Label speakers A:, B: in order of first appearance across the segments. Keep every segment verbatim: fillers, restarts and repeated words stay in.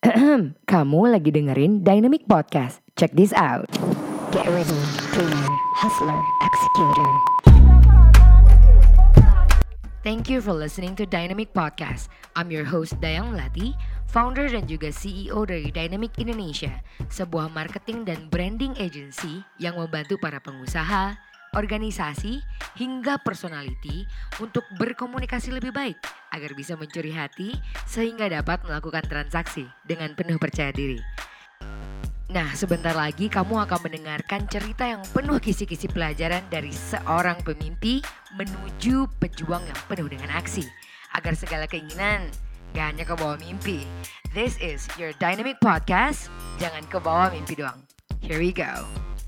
A: Kamu lagi dengerin Dynamic Podcast. Check this out. Get ready, dreamer, hustler, executor. Thank you for listening to Dynamic Podcast. I'm your host Dayang Melati, founder dan juga C E O dari Dynamic Indonesia, sebuah marketing dan branding agency yang membantu para pengusaha, organisasi, hingga personality untuk berkomunikasi lebih baik agar bisa mencuri hati sehingga dapat melakukan transaksi dengan penuh percaya diri. Nah, sebentar lagi kamu akan mendengarkan cerita yang penuh kisi-kisi pelajaran dari seorang pemimpi menuju pejuang yang penuh dengan aksi agar segala keinginan gak hanya ke bawah mimpi. This is your Dynamic Podcast. Jangan ke bawah mimpi doang. Here we go.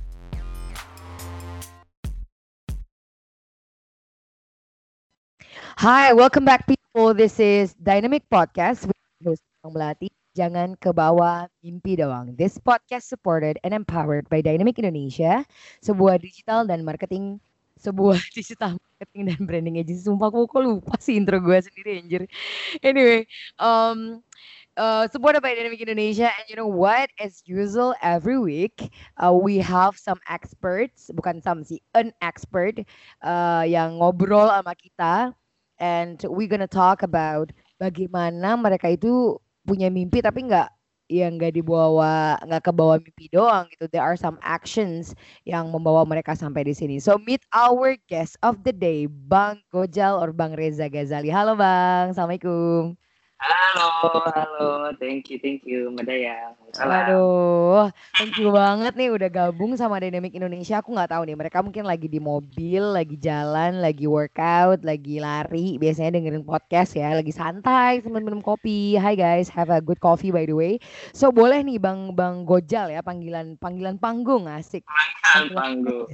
A: Hi, welcome back people. This is Dynamic Podcast with host Melati. Jangan ke bawah mimpi doang. This podcast supported and empowered by Dynamic Indonesia, sebuah digital dan marketing, sebuah digital marketing dan branding agency. Sumpah aku kok lupa sih intro gue sendiri anjir. Anyway, um, uh, supported by Dynamic Indonesia, and you know what? As usual, every week uh, we have some experts, bukan some sih, an expert uh, yang ngobrol sama kita, and we gonna talk about bagaimana mereka itu punya mimpi tapi nggak ya nggak dibawa nggak ke bawah mimpi doang gitu. There are some actions yang membawa mereka sampai di sini. So meet our guest of the day, Bang Gojal or Bang Reza Ghazali. Halo Bang, Assalamualaikum.
B: Halo, halo, thank you, thank you, Mbak Dayang. Salam.
A: Waduh, thank you banget nih udah gabung sama Dynamic Indonesia. Aku nggak tahu nih, mereka mungkin lagi di mobil, lagi jalan, lagi workout, lagi lari. Biasanya dengerin podcast ya, lagi santai sambil minum kopi. Hi guys, have a good coffee by the way. So boleh nih Bang Bang Gojal ya, panggilan panggilan panggung asik.
B: Panggilan panggung.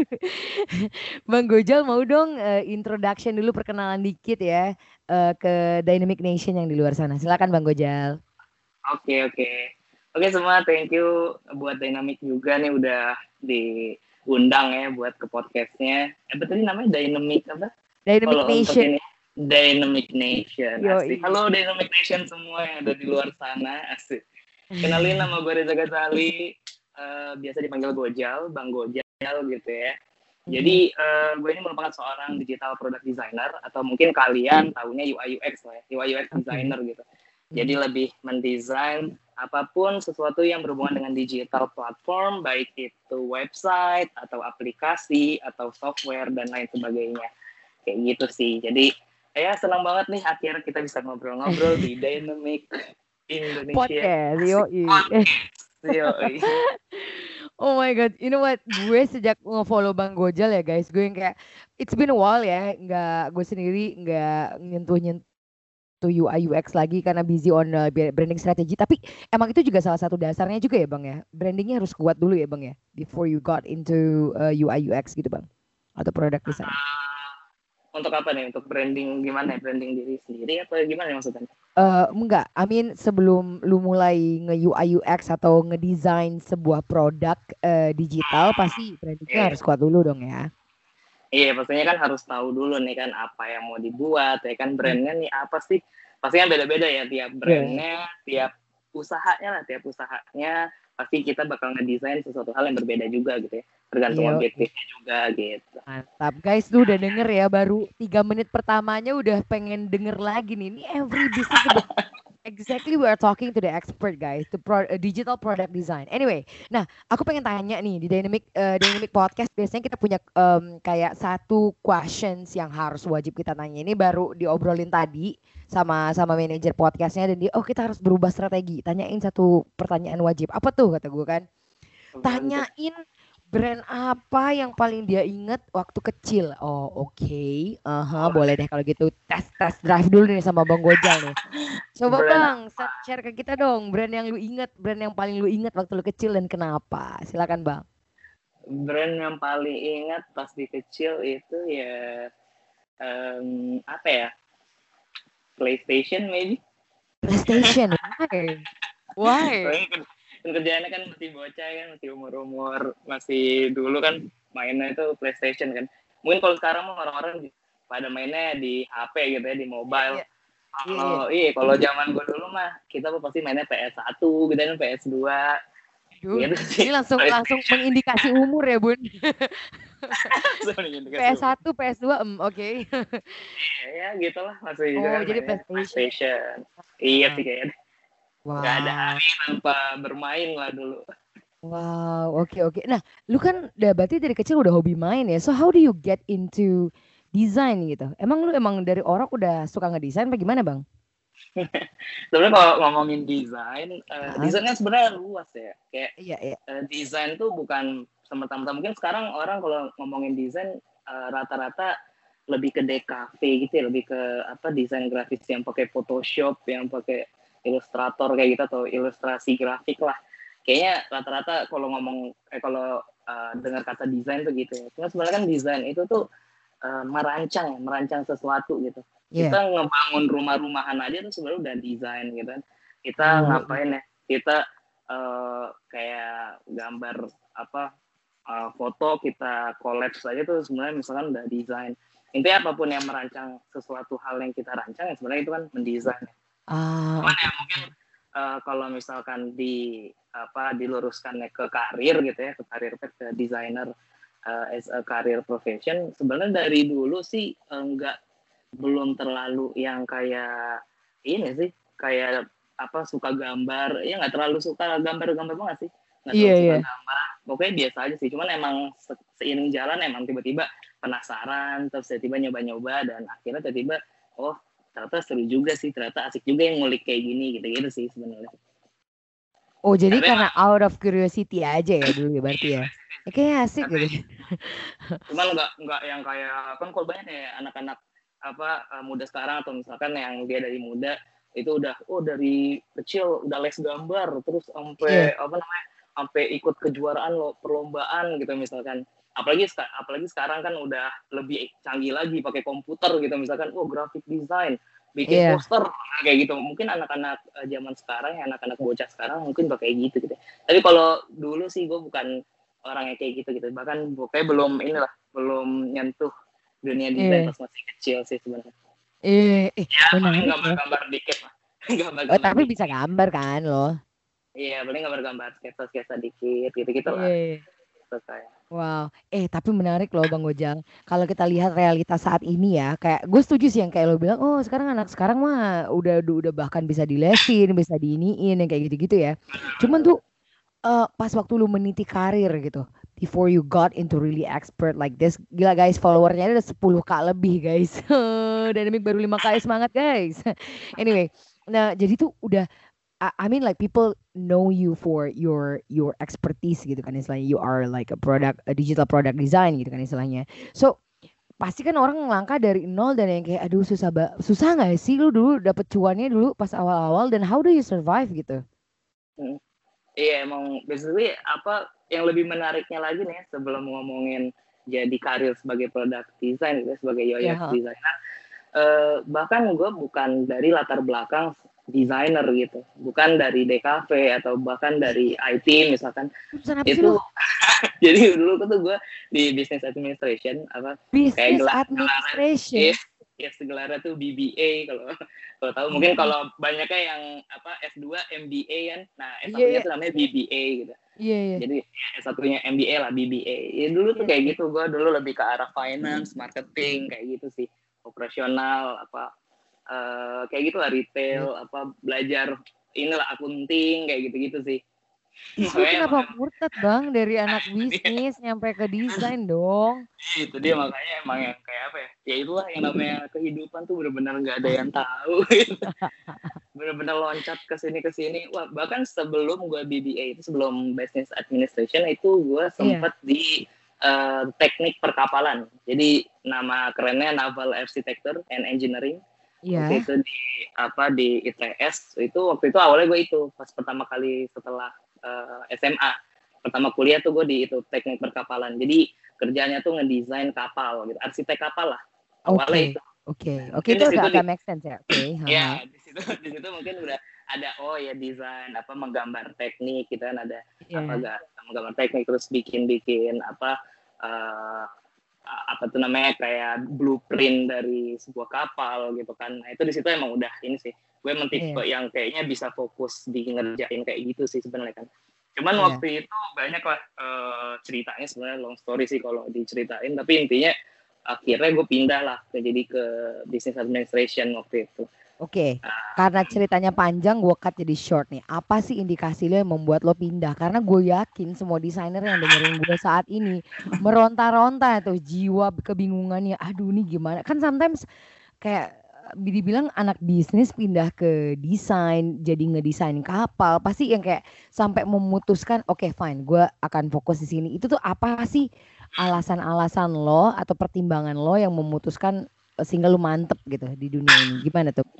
A: Bang Gojal mau dong uh, introduction dulu, perkenalan dikit ya uh, ke Dynamic Nation yang di luar sana. Silakan Bang Gojal.
B: Oke, oke. Oke semua, thank you buat Dynamic juga nih udah diundang ya buat ke podcastnya. Eh betul namanya Dynamic apa?
A: Dynamic
B: Kalau
A: Nation.
B: Ini, Dynamic Nation.
A: Yo,
B: asik. Halo Dynamic Nation semua yang ada di luar sana. Asik. Kenalin nama gue Reza Ghazali. Uh, biasa dipanggil Gojal, Bang Gojal gitu ya. Jadi uh, gue ini merupakan seorang digital product designer atau mungkin kalian tahunya U I U X lah ya, U I U X designer gitu. Jadi lebih mendesain apapun sesuatu yang berhubungan dengan digital platform, baik itu website atau aplikasi atau software dan lain sebagainya. Kayak gitu sih. Jadi ya senang banget nih akhirnya kita bisa ngobrol-ngobrol di Dynamic Indonesia.
A: Podcast, yoi.
B: Yoi.
A: Oh my god, you know what? Gue sejak nge-follow Bang Gojal ya guys, gue yang kayak it's been a while ya, nggak gue sendiri nggak nyentuh-nyentuh U I U X lagi karena busy on uh, branding strategy. Tapi emang itu juga salah satu dasarnya juga ya Bang ya. Brandingnya harus kuat dulu ya Bang ya, before you got into uh, U I U X gitu Bang, atau product design.
B: Uh, untuk apa nih? Untuk branding gimana ya? Branding diri sendiri apa gimana maksudnya?
A: Uh, enggak, I mean sebelum lu mulai nge-U I U X atau ngedesain sebuah produk uh, digital, pasti brandingnya yeah. harus kuat dulu dong ya.
B: Iya, yeah, pastinya kan harus tahu dulu nih kan apa yang mau dibuat, ya kan brandnya nih apa sih? Pasti kan beda-beda ya tiap brandnya, yeah. tiap usahanya lah, tiap usahanya pasti kita bakal ngedesain sesuatu hal yang berbeda juga gitu ya, tergantung Yo. objektifnya juga gitu.
A: Mantap guys, lu udah denger ya, baru tiga menit pertamanya udah pengen denger lagi nih. Ini every business exactly we are talking to the expert guys, to pro- uh, digital product design. Anyway, nah aku pengen tanya nih di Dynamic uh, Dynamic Podcast biasanya kita punya um, kayak satu questions yang harus wajib kita tanya. Ini baru diobrolin tadi sama sama manajer podcastnya dan dia, oh kita harus berubah strategi. Tanyain satu pertanyaan wajib. Apa tuh kata gue kan? Tanyain brand apa yang paling dia inget waktu kecil. Oh oke, okay. uh-huh, boleh deh kalau gitu tes tes drive dulu nih sama Bang Gojal nih. Coba brand Bang, share ke kita dong brand yang lu inget, brand yang paling lu inget waktu lu kecil dan kenapa? Silakan Bang.
B: Brand yang paling ingat pas di kecil itu ya um, apa ya? PlayStation maybe.
A: PlayStation, why? Why?
B: Kerjaannya kan masih bocah kan, masih umur-umur, masih dulu kan mainnya itu PlayStation kan. Mungkin kalau sekarang mah orang-orang pada mainnya di H P gitu ya, di mobile. Yeah, yeah.
A: Iya, iya.
B: Kalau iya kalau zaman gue dulu mah kita pasti mainnya P S satu, gitu kan P S dua
A: Aduh,
B: gitu
A: ini
B: sih.
A: langsung langsung
B: PlayStation
A: mengindikasi umur ya, Bun.
B: sebenarnya dikasih
A: P S satu, P S dua, mmm, oke.
B: iya ya gitulah masih juga
A: Oh,
B: kan
A: jadi
B: mainnya
A: PlayStation.
B: PlayStation. Iya
A: Heeh.
B: sih kayaknya nggak ada
A: Wow.
B: hari tanpa bermain lah dulu.
A: Wow, oke oke. Nah, lu kan udah berarti dari kecil udah hobi main ya. So how do you get into design gitu? Emang lu emang dari orang udah suka ngedesain apa gimana, Bang?
B: Sebenarnya kalau ngomongin desain, uh,
A: Heeh.
B: desain kan sebenarnya luas ya. Kayak
A: Iya, iya.
B: uh, desain tuh bukan semata-mata mungkin sekarang orang kalau ngomongin desain uh, rata-rata lebih ke D K V gitu ya, lebih ke apa desain grafis yang pakai Photoshop, yang pakai Illustrator kayak gitu atau ilustrasi grafik lah. Kayaknya rata-rata kalau ngomong eh kalau uh, dengar kata desain tuh gitu ya. Cuma sebenarnya kan desain itu tuh uh, merancang, merancang sesuatu gitu.
A: Iya.
B: Kita ngebangun rumah-rumahan aja tuh sebenarnya udah desain gitu kan. Kita
A: Oh, iya.
B: ngapain ya? Kita uh, kayak gambar apa uh, foto kita collapse saja tuh sebenarnya misalkan udah desain. Intinya apapun yang merancang sesuatu hal yang kita rancang ya sebenarnya itu kan mendesain.
A: Ah,
B: Cuman
A: oke.
B: ya mungkin uh, kalau misalkan di apa diluruskannya ke karir gitu ya, ke karir path, ke desainer uh, as a career profession, sebenarnya dari dulu sih enggak belum terlalu yang kayak ini sih, kayak apa suka gambar, ya nggak terlalu suka gambar-gambar banget sih, nggak
A: Iya,
B: terlalu suka
A: iya.
B: gambar, pokoknya biasa aja sih, cuman emang se- seiring jalan emang tiba-tiba penasaran, terus tiba-tiba nyoba-nyoba, dan akhirnya tiba-tiba, oh ternyata seru juga sih, ternyata asik juga yang ngulik kayak gini, gitu-gitu sih sebenarnya.
A: Oh, jadi
B: Tapi
A: karena
B: emang,
A: out of curiosity aja ya dulu ya berarti ya. Ya kayaknya asik
B: tapi
A: gitu.
B: cuman nggak nggak yang kayak kan kalau banyak ya anak-anak apa uh, muda sekarang atau misalkan yang dia dari muda itu udah oh dari kecil udah les gambar terus
A: Iya.
B: sampai apa namanya sampai ikut kejuaraan lo perlombaan gitu misalkan apalagi apalagi sekarang kan udah lebih canggih lagi pakai komputer gitu misalkan oh graphic design bikin
A: Iya.
B: poster kayak gitu mungkin anak-anak uh, zaman sekarang ya anak-anak bocah sekarang mungkin pakai gitu gitu tapi kalau dulu sih gue bukan orang yang kayak gitu gitu bahkan pokoknya belum inilah belum nyentuh dunia desain
A: Iya.
B: pas masih kecil sih sebenarnya
A: Iya, eh
B: ya paling
A: menarik loh.
B: gambar-gambar dikit lah
A: Oh,
B: gambar-gambar
A: tapi bisa
B: dikit
A: gambar kan loh.
B: iya paling gambar-gambar sketsa-sketsa dikit gitu-gitu
A: Iya,
B: lah
A: iya.
B: selesai.
A: Wow, eh tapi menarik loh Bang Gojal. Kalau kita lihat realitas saat ini ya, kayak gue setuju sih yang kayak lo bilang, oh sekarang anak sekarang mah udah udah bahkan bisa dilesin, bisa diiniin yang kayak gitu-gitu ya. Cuman tuh eh, pas waktu lu meniti karir gitu, before you got into really expert like this, gila guys, followernya ada sepuluh k lebih guys. Dynamic baru lima k, semangat guys. Anyway, nah jadi tuh udah I, I mean like people know you for your your expertise gitu kan istilahnya, you are like a product a digital product design gitu kan istilahnya. So pasti kan orang ngelangkah dari nol dan yang kayak aduh susah ba- susah nggak sih lu dulu dapet cuannya dulu pas awal-awal dan how do you survive gitu?
B: Hmm. Iya emang basically apa yang lebih menariknya lagi nih sebelum ngomongin jadi karir sebagai product design gitu sebagai U I
A: Ya,
B: U X
A: ha.
B: designer uh, bahkan gue bukan dari latar belakang desainer gitu bukan dari D K V atau bahkan dari I T misalkan
A: Jurusan apa sih lu?
B: itu jadi dulu tuh gue di business administration apa kayak
A: Business
B: gelar gelarnya
A: administration.
B: yes yes gelarnya tuh B B A kalau kalau tahu mungkin
A: Oh,
B: kalau banyaknya yang apa S dua M B A kan nah S
A: iya
B: satunya
A: iya
B: tuh namanya B B A gitu
A: iya iya.
B: jadi S satunya M B A lah B B A ya dulu tuh
A: Iya,
B: kayak
A: iya.
B: gitu gue dulu lebih ke arah finance marketing kayak gitu sih operasional apa uh, kayak gitu lah
A: Iya.
B: retail apa belajar inilah akunting kayak gitu-gitu sih
A: Terus lu
B: makanya emang
A: kenapa murtad bang dari anak
B: dia
A: bisnis nyampe ke desain dong?
B: itu dia makanya emang yang kayak apa ya ya itulah yang namanya kehidupan tuh benar-benar nggak ada yang tahu gitu. Benar-benar loncat ke sini ke sini wah bahkan sebelum gue B B A itu sebelum business administration itu gue
A: Iya,
B: sempat di uh, teknik perkapalan jadi nama kerennya Naval Architecture and Engineering waktu
A: iya.
B: itu di apa di I T S itu waktu itu awalnya gue itu pas pertama kali setelah uh, S M A pertama kuliah tuh gue di itu teknik perkapalan jadi kerjanya tuh ngedesain kapal gitu arsitek kapal lah awalnya
A: Oke,
B: itu
A: oke,
B: nah,
A: oke
B: mungkin
A: itu
B: di situ di
A: agak-agak make sense ya. Oke,
B: ya
A: haha.
B: di situ di situ mungkin udah ada oh ya desain apa menggambar teknik gitu kan ada apa
A: Iya,
B: gak menggambar teknik terus bikin bikin apa uh, apa tuh namanya kayak blueprint dari sebuah kapal gitu kan. Nah itu di situ emang udah ini sih, gue emang tipe
A: Iya.
B: yang kayaknya bisa fokus di ngerjain kayak gitu sih sebenarnya kan. Cuman
A: Iya.
B: waktu itu banyak lah uh, ceritanya, sebenarnya long story sih kalau diceritain, tapi intinya akhirnya gue pindah lah ke jadi ke business administration waktu itu.
A: Oke,
B: Nah,
A: karena ceritanya panjang, gue cut jadi short nih. Apa sih indikasi lo yang membuat lo pindah? Karena gue yakin semua desainer yang dengerin gue saat ini meronta-ronta tuh jiwa kebingungannya. Aduh, nih gimana? Kan sometimes kayak eh, dibilang anak bisnis pindah ke desain, jadi ngedesain kapal, pasti yang kayak sampai memutuskan, oke fine, gue akan fokus di sini. Itu tuh apa sih alasan-alasan lo atau pertimbangan lo yang memutuskan eh, sehingga lo mantep gitu di dunia ini? Gimana tuh?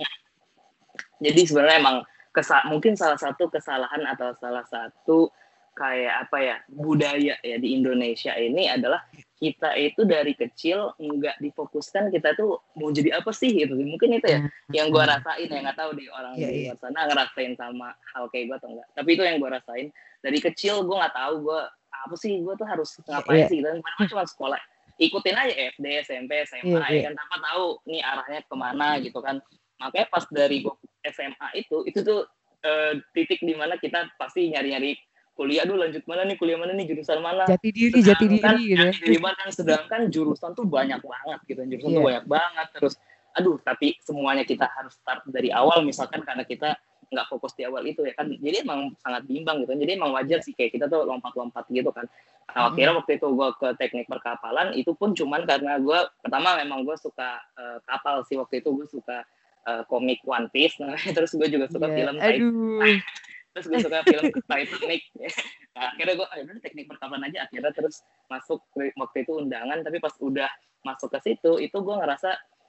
B: jadi sebenarnya emang kesa mungkin salah satu kesalahan atau salah satu kayak apa ya budaya ya di Indonesia ini adalah kita itu dari kecil nggak difokuskan kita tuh mau jadi apa sih gitu, mungkin itu ya
A: Ah,
B: yang gue
A: ah,
B: rasain ya, nggak tahu di orang
A: iya,
B: di
A: iya.
B: luar sana ngerasain sama hal kayak gue atau enggak, tapi itu yang gue rasain dari kecil. Gue nggak tahu gue apa sih, gue tuh harus
A: Iya,
B: ngapain
A: iya,
B: sih gitu, padahal cuma sekolah ikutin aja S D S M P
A: iya,
B: S M A ya
A: iya.
B: kan, tanpa tahu nih arahnya kemana gitu kan. Makanya pas dari gue S M A itu itu tuh eh, titik dimana kita pasti nyari-nyari kuliah dulu, lanjut mana nih, kuliah mana nih, jurusan mana.
A: Jati diri, jati
B: Sedangkan
A: diri gitu ya.
B: jati diri banget kan, sedangkan jurusan tuh banyak banget gitu, jurusan tuh
A: Iya,
B: banyak banget terus. Aduh, tapi semuanya kita harus start dari awal misalkan karena kita nggak fokus di awal itu ya kan, jadi emang sangat bimbang gitu. Jadi emang wajar
A: iya.
B: sih kayak kita tuh lompat-lompat gitu kan. Nah, akhirnya
A: Mm-mm.
B: waktu itu gue ke teknik perkapalan itu pun cuman karena gue pertama memang gue suka uh, kapal sih, waktu itu gue suka uh, komik One Piece nah, terus gue juga suka
A: Iya,
B: film Titanic,
A: aduh.
B: terus gue suka film Titanic. Nah, akhirnya gue ayo teknik perkapalan aja, akhirnya terus masuk waktu itu undangan. Tapi pas udah masuk ke situ itu gue ngerasa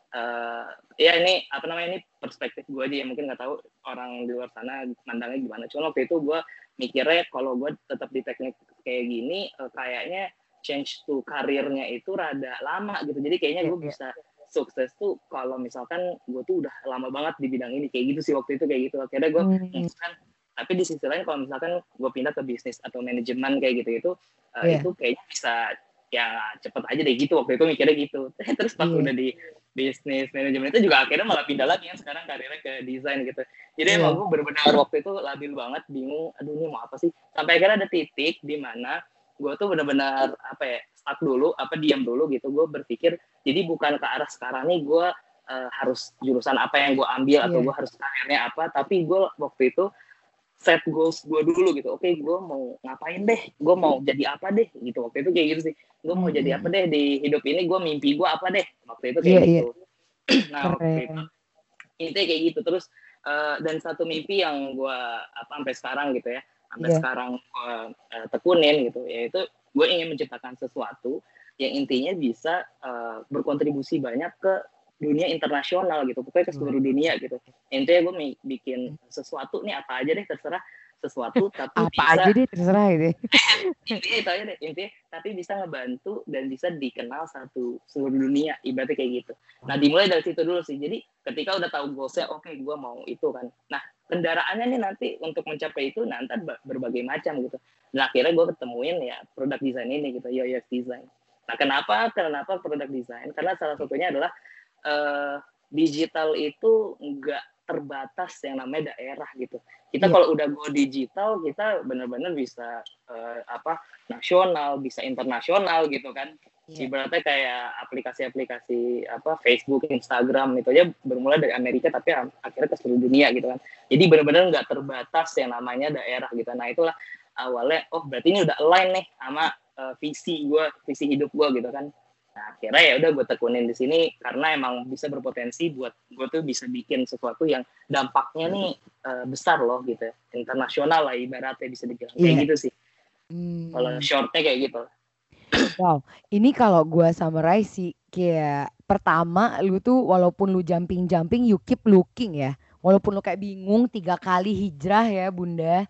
B: uh, ya ini apa namanya, ini perspektif gue aja ya, mungkin nggak tahu orang di luar sana mandangnya gimana. Cuma waktu itu gue mikirnya kalau gue tetap di teknik kayak gini uh, kayaknya change to karirnya itu rada lama gitu. Jadi kayaknya
A: Iya,
B: gue
A: iya.
B: bisa sukses tuh kalau misalkan gue tuh udah lama banget di bidang ini, kayak gitu sih waktu itu, kayak gitu. Akhirnya gue
A: Hmm,
B: memutuskan, tapi di sisi lain kalau misalkan gue pindah ke bisnis atau manajemen kayak gitu itu uh,
A: iya,
B: itu kayaknya bisa ya cepet aja deh gitu, waktu itu mikirnya gitu. Terus pas
A: iya,
B: udah di bisnis manajemen itu juga akhirnya malah pindah lagi yang sekarang karirnya ke desain gitu. Jadi emang
A: iya.
B: gue benar-benar waktu itu labil banget, bingung, aduh ini mau apa sih, sampai akhirnya ada titik di mana gue tuh benar-benar apa ya, stuck dulu, apa diam dulu gitu. Gue berpikir jadi bukan ke arah sekarang nih gue uh, harus jurusan apa yang gue ambil atau
A: Iya.
B: gue harus karirnya apa, tapi gue waktu itu set goals gue dulu gitu. Oke, gue mau ngapain deh, gue mau jadi apa deh gitu. Waktu itu kayak gitu sih, gue mau
A: Hmm,
B: jadi
A: hmm,
B: apa
A: hmm.
B: deh di hidup ini, gue mimpi gue apa deh, waktu itu kayak
A: Iya, iya.
B: gitu. Nah waktu itu
A: Keren.
B: intinya kayak gitu terus. Uh, dan satu mimpi yang gue apa sampai sekarang gitu ya, sampai
A: Iya.
B: sekarang gue uh, tekunin gitu, yaitu gue ingin menciptakan sesuatu yang intinya bisa uh, berkontribusi banyak ke dunia internasional gitu, pokoknya ke
A: Luar
B: seluruh dunia
A: biasa.
B: gitu. Intinya gue bikin sesuatu nih, apa aja deh terserah, sesuatu tapi
A: Apa
B: bisa,
A: aja deh terserah gitu ya.
B: intinya itu aja deh, intinya tapi bisa ngebantu dan bisa dikenal satu seluruh dunia, ibaratnya kayak gitu. Nah dimulai dari situ dulu sih. Jadi ketika udah tahu goalsnya, oke okay, gue mau itu kan, nah kendaraannya nih nanti untuk mencapai itu nanti berbagai macam gitu. Nah akhirnya gue ketemuin ya produk design ini gitu, U X design. Nah kenapa kenapa produk design, karena salah satunya adalah uh, digital itu nggak terbatas yang namanya daerah gitu. Kita
A: Iya.
B: kalau udah go digital, kita benar-benar bisa uh, apa nasional, bisa internasional gitu kan.
A: Iya.
B: Ibaratnya kayak aplikasi-aplikasi apa Facebook, Instagram itu aja bermula dari Amerika tapi akhirnya ke seluruh dunia gitu kan. Jadi benar-benar nggak terbatas yang namanya daerah gitu. Nah itulah awalnya, oh berarti ini udah align nih sama uh, visi gue, visi hidup gue gitu kan. Nah, akhirnya ya udah gue tekunin di sini karena emang bisa berpotensi buat gue tuh bisa bikin sesuatu yang dampaknya nih uh, besar loh gitu, internasional lah ibaratnya bisa dibilang kayak
A: Iya.
B: gitu sih. Kalau
A: Hmm.
B: shortnya kayak gitu.
A: Wow, ini kalau gua summarize sih kayak pertama lu tuh walaupun lu jumping-jumping you keep looking ya. Walaupun lu kayak bingung tiga kali hijrah ya bunda.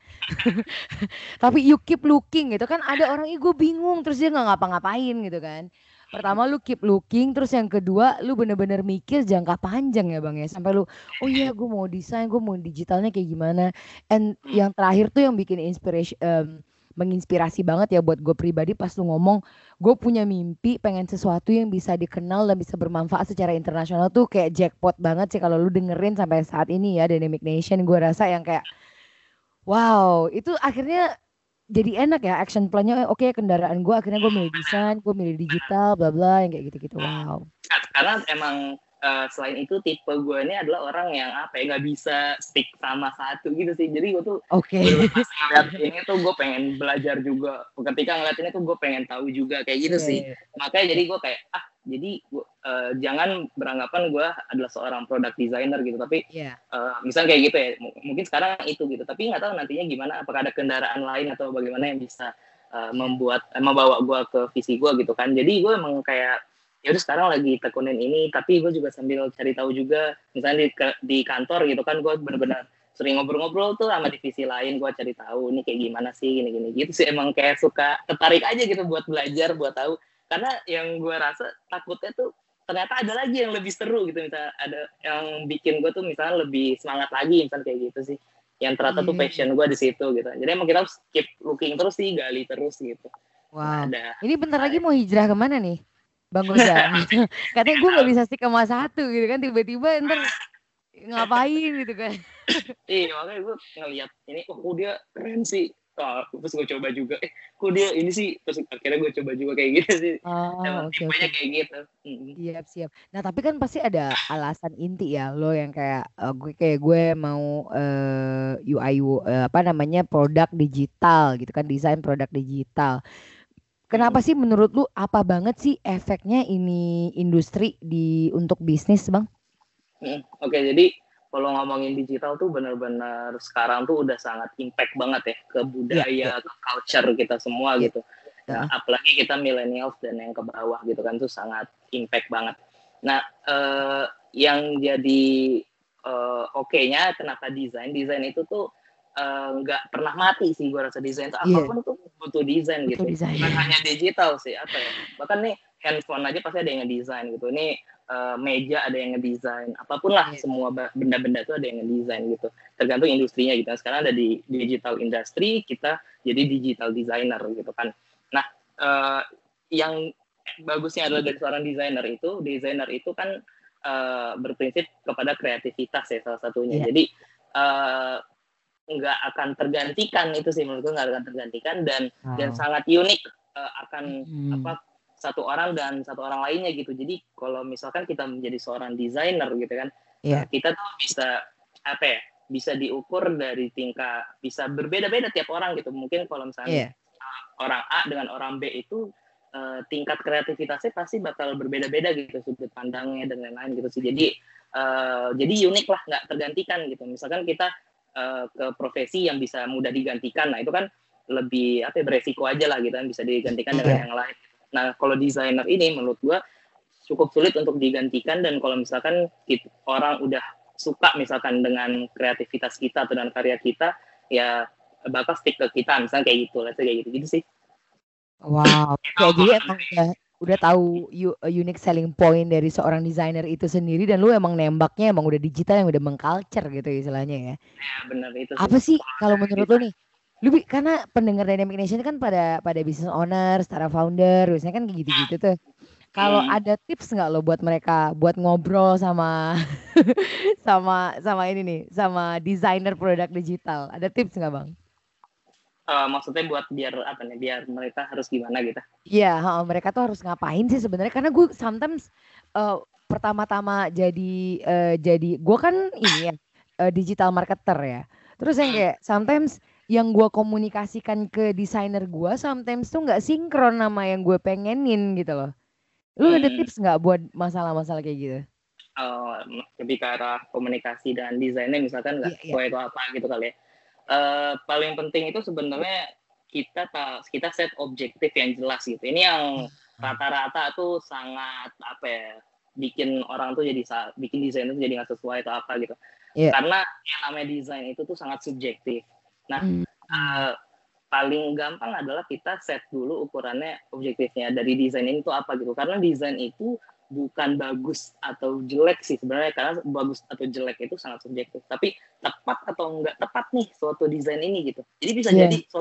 A: Tapi you keep looking gitu kan, ada orang ih gue bingung terus dia nggak ngapa-ngapain gitu kan. Pertama lu keep looking, terus yang kedua lu bener-bener mikir jangka panjang ya bang ya. Sampai lu oh iya gue mau desain, gue mau digitalnya kayak gimana. And yang terakhir tuh yang bikin inspiration menginspirasi banget ya buat gue pribadi pas lu ngomong gue punya mimpi pengen sesuatu yang bisa dikenal dan bisa bermanfaat secara internasional tuh kayak jackpot banget sih kalau lu dengerin sampai saat ini ya Dynamic Nation gue rasa yang kayak wow itu akhirnya jadi enak ya action plan-nya oke kendaraan gue akhirnya gue milih desain gue milih digital bla bla yang kayak gitu-gitu wow.
B: Karena emang uh, selain itu tipe gue ini adalah orang yang apa ya nggak bisa stick sama satu gitu sih. Jadi gue tuh
A: Oke.
B: bener-bener pas ngeliat ini tuh gue pengen belajar juga. Ketika ngeliat ini tuh gue pengen tahu juga kayak gitu
A: Iya,
B: sih.
A: iya.
B: Makanya jadi gue kayak ah jadi gua, uh, jangan beranggapan gue adalah seorang product designer gitu. Tapi
A: Iya.
B: uh, misalnya kayak gitu ya. M- mungkin sekarang itu gitu. Tapi nggak tahu nantinya gimana. Apakah ada kendaraan lain atau bagaimana yang bisa uh,
A: Iya.
B: membuat uh, membawa gue ke visi gue gitu kan. Jadi gue emang kayak ya udah sekarang lagi tekunin ini tapi gue juga sambil cari tahu juga misalnya di di kantor gitu kan gue benar-benar sering ngobrol-ngobrol tuh sama divisi lain gue cari tahu ini kayak gimana sih gini-gini gitu sih emang kayak suka tertarik aja gitu buat belajar buat tahu karena yang gue rasa takutnya tuh ternyata ada lagi yang lebih seru gitu misalnya ada yang bikin gue tuh misalnya lebih semangat lagi misalnya kayak gitu sih yang ternyata tuh
A: Iya.
B: passion gue di situ gitu jadi emang kita harus keep looking terus sih gali terus gitu nggak
A: Wow.
B: ada
A: Ini bentar lagi mau hijrah kemana nih? Bang Gojal. Katanya gue nggak bisa stick sama satu gitu kan. Tiba-tiba ntar ngapain gitu kan.
B: Iya makanya gue ngeliat ini, oh kok dia keren sih. Oh, terus gue coba juga, eh kok dia ini sih. Terus akhirnya gue coba juga kayak gitu sih.
A: Oh,
B: Emang
A: oke
B: tipenya
A: oke.
B: kayak gitu. Mm-mm.
A: Siap siap. Nah tapi kan pasti ada alasan inti ya lo yang kayak eh, gue kayak gue mau eh, U I U eh, apa namanya produk digital gitu kan desain produk digital. Kenapa
B: Mm-mm.
A: sih menurut lu apa banget sih efeknya ini industri di untuk bisnis bang?
B: Mm-mm. Oke jadi kalau ngomongin digital tuh benar-benar sekarang tuh udah sangat impact banget ya ke
A: Iya
B: budaya,
A: iya
B: ke culture kita semua
A: iya.
B: gitu. Nah,
A: Heeh.
B: apalagi kita millennials dan yang ke bawah gitu kan tuh sangat impact banget. Nah, eh, yang jadi eh, oke-nya kenapa desain? Desain itu tuh eh, nggak pernah mati sih gue rasa desain itu
A: Iya
B: apapun itu butuh desain
A: betul
B: gitu.
A: desain.
B: Bukan hanya digital sih apa ya. Bahkan nih handphone aja pasti ada yang ngedesain gitu. Ini uh, meja ada yang ngedesain, apapun lah
A: Iya.
B: semua benda-benda itu ada yang ngedesain gitu. Tergantung industrinya gitu. Sekarang ada di digital industry, kita jadi digital designer gitu kan. Nah, uh, yang bagusnya adalah dari seorang desainer itu, desainer itu kan uh, berprinsip kepada kreativitas ya salah satunya.
A: Iya.
B: Jadi uh, nggak akan tergantikan itu sih menurutku nggak akan tergantikan dan dan
A: Wow.
B: sangat unik uh, akan
A: Hmm.
B: apa satu orang dan satu orang lainnya gitu. Jadi kalau misalkan kita menjadi seorang desainer gitu kan, uh,
A: Iya.
B: kita tuh bisa apa ya? Bisa diukur dari tingkat bisa berbeda-beda tiap orang gitu. Mungkin kalau misalnya
A: Iya.
B: orang A dengan orang B itu uh, tingkat kreativitasnya pasti bakal berbeda-beda gitu sudut pandangnya dan lain-lain gitu sih. Jadi uh, jadi unik lah nggak tergantikan gitu. Misalkan kita uh, ke profesi yang bisa mudah digantikan, nah itu kan lebih apa ya, beresiko aja lah gitu kan bisa digantikan dengan
A: Iya.
B: yang lain. Nah kalau desainer ini menurut gua cukup sulit untuk digantikan dan kalau misalkan kita, orang udah suka misalkan dengan kreativitas kita atau dengan karya kita ya bakal stick ke kita misalnya kayak gitu lah kayak gitu gitu sih.
A: Wow.
B: Itu
A: Kayak jadi
B: kalau
A: emang udah udah tahu u- unique selling point dari seorang desainer itu sendiri dan lu emang nembaknya emang udah digital yang udah mengculture gitu istilahnya ya.
B: ya benar itu sih
A: Apa sih
B: kalau
A: kalau
B: dari
A: menurut lu
B: desain.
A: nih? Lu bi- karena pendengar Dynamic Nation kan pada pada business owner, startup founder, biasanya kan kayak gitu-gitu tuh. Kalau
B: Hmm.
A: ada tips nggak lo buat mereka buat ngobrol sama sama sama ini nih, sama desainer produk digital? Ada tips nggak, Bang?
B: Uh, maksudnya buat biar apa nih biar mereka harus gimana gitu.
A: Iya, heeh, mereka tuh harus ngapain sih sebenarnya? Karena gue sometimes eh, pertama-tama jadi eh, jadi gue kan ini ya eh, digital marketer ya. Terus yang kayak sometimes yang gue komunikasikan ke desainer gue sometimes tuh nggak sinkron sama yang gue pengenin gitu loh. Lu ada
B: Hmm.
A: tips nggak buat masalah-masalah kayak gitu?
B: Uh, lebih ke arah komunikasi dan desainnya misalkan nggak
A: Iya, iya.
B: sesuai atau apa gitu kali ya. Uh, paling penting itu sebenarnya kita kita set objektif yang jelas gitu. Ini yang rata-rata tuh sangat apa ya bikin orang tuh jadi bikin desain itu jadi nggak sesuai atau apa gitu.
A: Iya.
B: Karena yang namanya desain itu tuh sangat subjektif. Nah,
A: Hmm.
B: uh, paling gampang adalah kita set dulu ukurannya objektifnya dari desain ini tuh apa gitu. Karena desain itu bukan bagus atau jelek sih sebenarnya karena bagus atau jelek itu sangat subjektif. Tapi tepat atau enggak tepat nih suatu desain ini gitu. Jadi bisa
A: Iya.
B: jadi suatu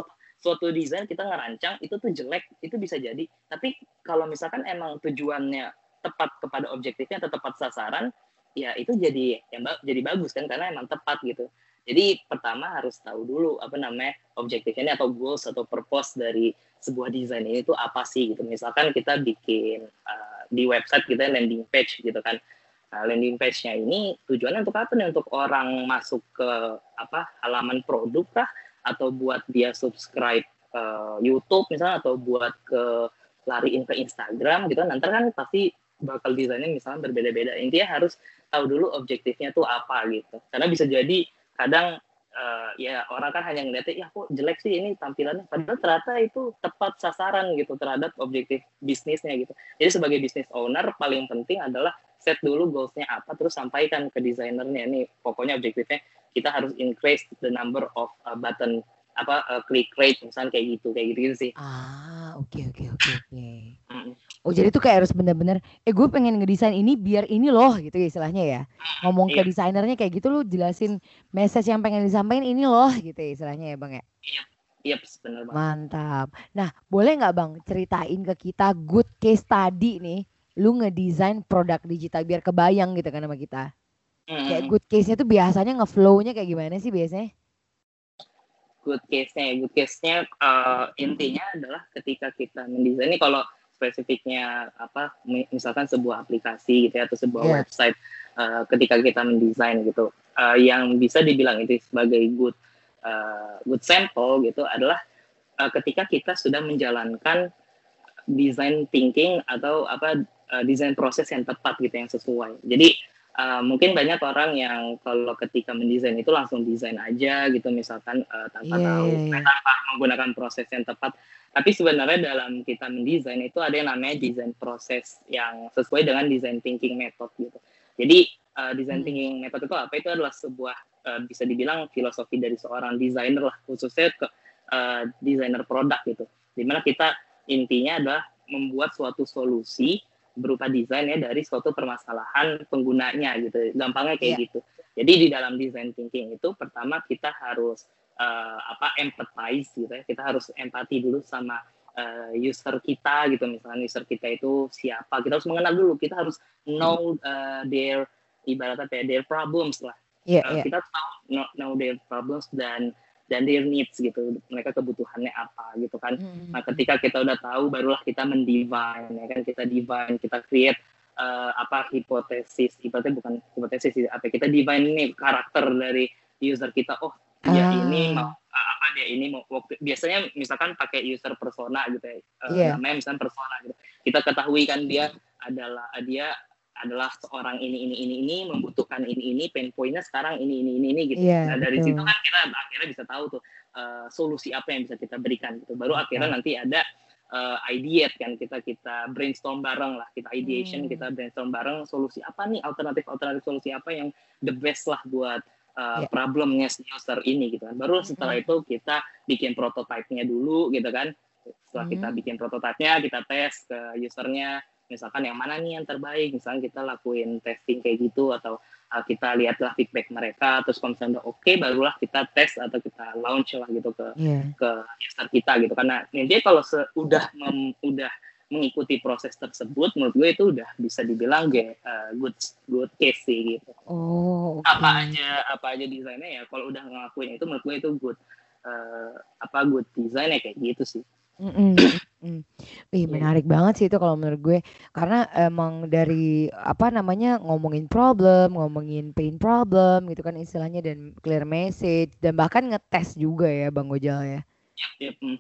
B: suatu desain kita ngerancang itu tuh jelek, itu bisa jadi. Tapi kalau misalkan emang tujuannya tepat kepada objektifnya atau tepat sasaran, ya itu jadi yang ba- jadi bagus kan karena emang tepat gitu. Jadi pertama harus tahu dulu apa namanya objektifnya atau goals atau purpose dari sebuah desain ini tuh apa sih gitu. Misalkan kita bikin uh, di website kita landing page gitu kan. Nah, landing page-nya ini tujuannya untuk apa nih? Untuk orang masuk ke apa halaman produk kah? Atau buat dia subscribe uh, YouTube misalnya atau buat ke lariin ke Instagram gitu. Nanti kan pasti bakal desainnya misalnya berbeda-beda. Intinya harus tahu dulu objektifnya tuh apa gitu. Karena bisa jadi kadang uh, ya orang kan hanya ngeliatnya ya kok jelek sih ini tampilannya padahal ternyata itu tepat sasaran gitu terhadap objektif bisnisnya gitu. Jadi sebagai business owner paling penting adalah set dulu goals-nya apa terus sampaikan ke desainernya nih pokoknya objektifnya kita harus increase the number of uh, button apa uh, click rate misalnya kayak gitu kayak gitu, gitu sih.
A: Ah, oke oke oke oke.
B: Mm.
A: Oh, jadi tuh kayak harus bener-bener, eh gue pengen ngedesain ini biar ini loh gitu ya istilahnya ya. Ngomong ke
B: Iya,
A: desainernya kayak gitu lu jelasin message yang pengen disampaikan ini loh gitu ya istilahnya ya Bang ya.
B: iya, iya benar banget.
A: Mantap. Nah, boleh nggak Bang ceritain ke kita good case tadi nih, lu ngedesain produk digital biar kebayang gitu kan sama kita. Kayak
B: Mm.
A: good case-nya tuh biasanya ngeflow-nya kayak gimana sih biasanya?
B: Good case-nya, good case-nya uh, intinya adalah ketika kita mendesain ini kalau spesifiknya apa misalkan sebuah aplikasi gitu ya atau sebuah
A: Iya.
B: website uh, ketika kita mendesain gitu uh, yang bisa dibilang itu sebagai good uh, good sample gitu adalah uh, ketika kita sudah menjalankan design thinking atau apa uh, desain proses yang tepat gitu yang sesuai. Jadi uh, mungkin banyak orang yang kalau ketika mendesain itu langsung desain aja gitu misalkan uh, tanpa
A: Iya,
B: tahu
A: iya, iya.
B: tanpa menggunakan proses yang tepat. Tapi sebenarnya dalam kita mendesain itu ada yang namanya desain proses yang sesuai dengan design thinking method gitu. Jadi uh, design
A: Hmm.
B: thinking method itu apa? Itu adalah sebuah uh, bisa dibilang filosofi dari seorang desainer lah khususnya ke uh, desainer produk gitu. Dimana kita intinya adalah membuat suatu solusi berupa desain ya dari suatu permasalahan penggunanya gitu. Gampangnya kayak
A: Iya.
B: gitu. Jadi di dalam design thinking itu pertama kita harus uh, apa empathize gitu ya. Kita harus empati dulu sama uh, user kita gitu. Misalnya user kita itu siapa. Kita harus mengenal dulu. Kita harus know uh, their ibaratnya kayak their problems lah.
A: Iya,
B: Uh,
A: iya.
B: kita tahu know, know their problems dan dan their needs gitu, mereka kebutuhannya apa gitu kan.
A: Hmm.
B: Nah ketika kita udah tahu barulah kita mendivine ya kan, kita divine, kita create uh, apa hipotesis, ibaratnya bukan hipotesis sih, apa kita divine ini karakter dari user kita. Oh dia ini mau
A: Ah,
B: uh, apa dia ini mau biasanya misalkan pakai user persona gitu ya, uh,
A: iya.
B: namanya misalnya persona gitu. Kita ketahui kan dia adalah dia adalah seorang ini ini ini ini membutuhkan ini ini pain point-nya sekarang ini ini ini ini gitu.
A: Iya,
B: Nah dari
A: betul.
B: situ kan kita akhirnya bisa tahu tuh uh, solusi apa yang bisa kita berikan gitu. Baru
A: Mantap.
B: akhirnya nanti ada uh, ideate kan kita kita brainstorm bareng lah, kita ideation,
A: Hmm.
B: kita brainstorm bareng solusi apa nih alternatif alternatif solusi apa yang the best lah buat uh,
A: Iya.
B: problemnya si user ini gitu kan. Baru setelah
A: Hmm.
B: itu kita bikin prototipe-nya dulu gitu kan. Setelah kita
A: Hmm.
B: bikin prototipe-nya, kita tes ke usernya misalkan yang mana nih yang terbaik, misalnya kita lakuin testing kayak gitu atau uh, kita lihatlah feedback mereka terus kalau misalnya udah oke okay, barulah kita tes atau kita launch lah gitu ke
A: Iya.
B: ke user kita gitu karena intinya kalau sudah mem, udah mengikuti proses tersebut menurut gue itu udah bisa dibilang ge, uh, good good case sih gitu.
A: Oh, oke.
B: Apa aja apa aja desainnya ya kalau udah ngelakuin itu menurut gue itu good uh, apa good design ya kayak gitu sih.
A: Mm-mm, mm-mm. Wih,
B: Iya.
A: menarik banget sih itu kalau menurut gue. Karena emang dari apa namanya ngomongin problem, ngomongin pain problem gitu kan istilahnya dan clear message dan bahkan ngetes juga ya Bang Gojal ya.
B: Yep, yep, mm.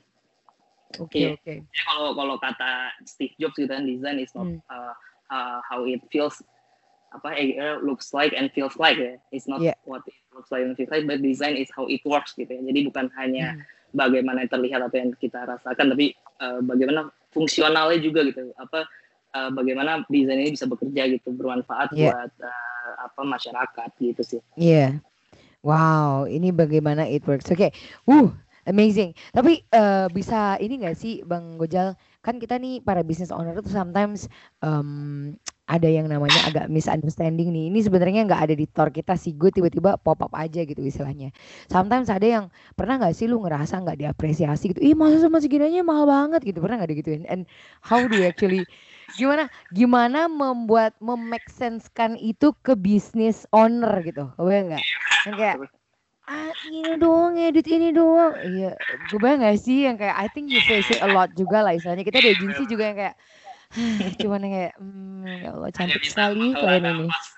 A: Oke,
B: Iya.
A: oke.
B: Jadi kalau kalau kata Steve Jobs gitu kan design is not
A: Hmm.
B: uh, uh, how it feels apa eh, looks like and feels like ya. It's not
A: Iya.
B: what it looks like and feels like, but design is how it works gitu ya. Jadi bukan hanya
A: Hmm.
B: bagaimana yang terlihat atau yang kita rasakan, tapi uh, bagaimana fungsionalnya juga gitu. Apa uh, bagaimana desain ini bisa bekerja gitu, bermanfaat
A: Iya.
B: buat uh, apa masyarakat gitu sih.
A: Iya. Wow, ini bagaimana it works. Oke. Uh, amazing. Tapi eh, bisa ini nggak sih Bang Gojal? Kan kita nih para business owner tuh sometimes em, ada yang namanya agak misunderstanding nih. Ini sebenarnya nggak ada di tor kita sih. Gue tiba-tiba pop up aja gitu istilahnya. Sometimes ada yang pernah nggak sih lu ngerasa nggak diapresiasi gitu? Ih masa sama segininya mahal banget gitu. Pernah nggak digituin? And how do you actually gimana gimana membuat memake sense kan itu ke bisnis owner gitu? Kebayang nggak? Yang kayak ah ini doang edit ini doang iya gue bayang gak sih yang kayak I think you face it a lot juga lah istilahnya kita di agensi juga yang kayak cuman yang kayak hmm, ya Allah
B: Hanya
A: cantik
B: bisa
A: sekali
B: menghela
A: klien ini
B: nafas.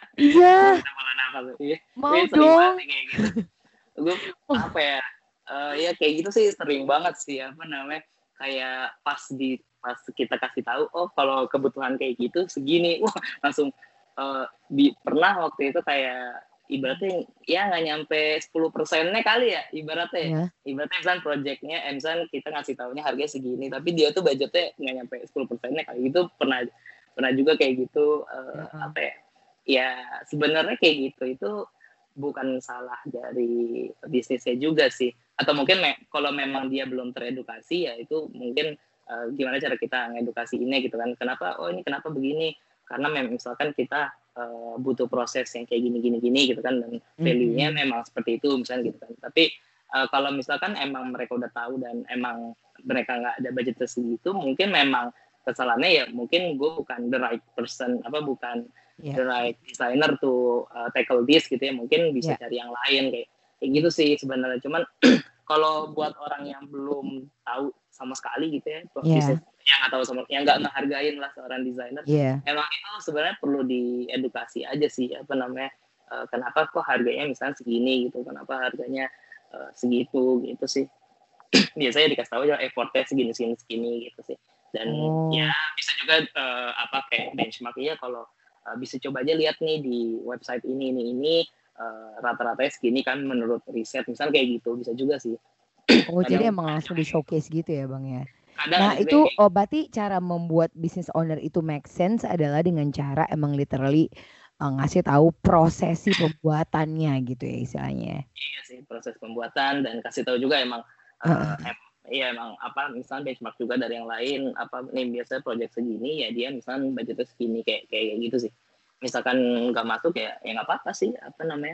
B: Hanya
A: iya
B: bisa menghela nafas. Iya, gue
A: mau
B: sering banget
A: dong
B: sih kayak gitu. Gue
A: oh,
B: apa ya? Eh ya kayak gitu sih sering banget sih apa namanya? Kayak pas di pas kita kasih tahu, oh kalau kebutuhan kayak gitu segini, wah langsung eh, di pernah waktu itu kayak ibaratnya ya nggak nyampe sepuluh persennya kali ya ibaratnya ya.
A: ya
B: Ibaratnya misalnya projectnya eh, misalnya kita ngasih tahunya harganya segini tapi dia tuh budgetnya nggak nyampe sepuluh persennya kali itu pernah pernah juga kayak gitu eh,
A: ya
B: apa ya ya sebenarnya kayak gitu itu bukan salah dari bisnisnya juga sih atau mungkin me- kalau memang dia belum teredukasi ya itu mungkin uh, gimana cara kita ngedukasi ini gitu kan kenapa oh ini kenapa begini karena memang misalkan kita uh, butuh proses yang kayak gini gini gini gitu kan dan value-nya
A: Mhm.
B: memang seperti itu misalnya gitu kan tapi uh, kalau misalkan emang mereka udah tahu dan emang mereka nggak ada budget segitu mungkin memang kesalahannya ya mungkin gue bukan the right person apa bukan
A: ya
B: the right designer to uh, tackle this gitu ya mungkin bisa
A: ya
B: cari yang lain kayak kayak gitu sih sebenarnya cuman kalau buat orang yang belum tahu sama sekali gitu ya bisnis
A: ya
B: yang nggak tahu sama yang nggak ngehargain lah seorang desainer
A: ya
B: emang itu sebenarnya perlu diedukasi aja sih apa namanya uh, kenapa kok harganya misalnya segini gitu kenapa harganya uh, segitu gitu sih biasanya dikasih tahu aja effortnya segini segini segini gitu sih dan ya
A: oh
B: bisa juga uh, apa kayak benchmarknya kalau uh, bisa coba aja lihat nih di website ini ini ini uh, rata-ratanya segini kan menurut riset misalnya kayak gitu bisa juga sih
A: oh jadi
B: kadang
A: emang langsung di showcase gitu ya bang ya
B: kadang
A: nah
B: ada juga
A: itu
B: yang kayak
A: oh, berarti cara membuat business owner itu make sense adalah dengan cara emang literally uh, ngasih tahu prosesi pembuatannya gitu ya istilahnya.
B: iya sih proses pembuatan dan kasih tahu juga emang uh,
A: Heeh.
B: em, iya emang apa misalnya benchmark juga dari yang lain apa nih biasanya project segini ya dia misalnya budgetnya segini kayak kayak gitu sih misalkan nggak masuk ya ya nggak apa-apa sih apa namanya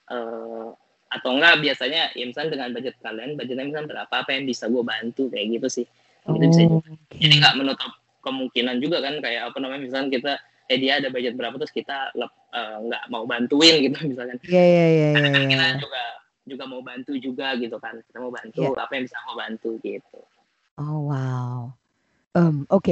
B: uh, atau enggak biasanya ya misalnya dengan budget kalian budgetnya misalnya berapa apa yang bisa gue bantu kayak gitu sih gitu bisa
A: Oh,
B: juga jadi
A: oke.
B: nggak menutup kemungkinan juga kan kayak apa namanya misalnya kita eh dia ada budget berapa terus kita uh, nggak mau bantuin gitu misalkan
A: Iya, iya, iya, iya,
B: kan
A: iya,
B: kita
A: iya.
B: juga juga mau bantu juga gitu kan kita mau
A: Iya.
B: bantu apa yang bisa mau bantu gitu
A: Oh, wow. Em, oke.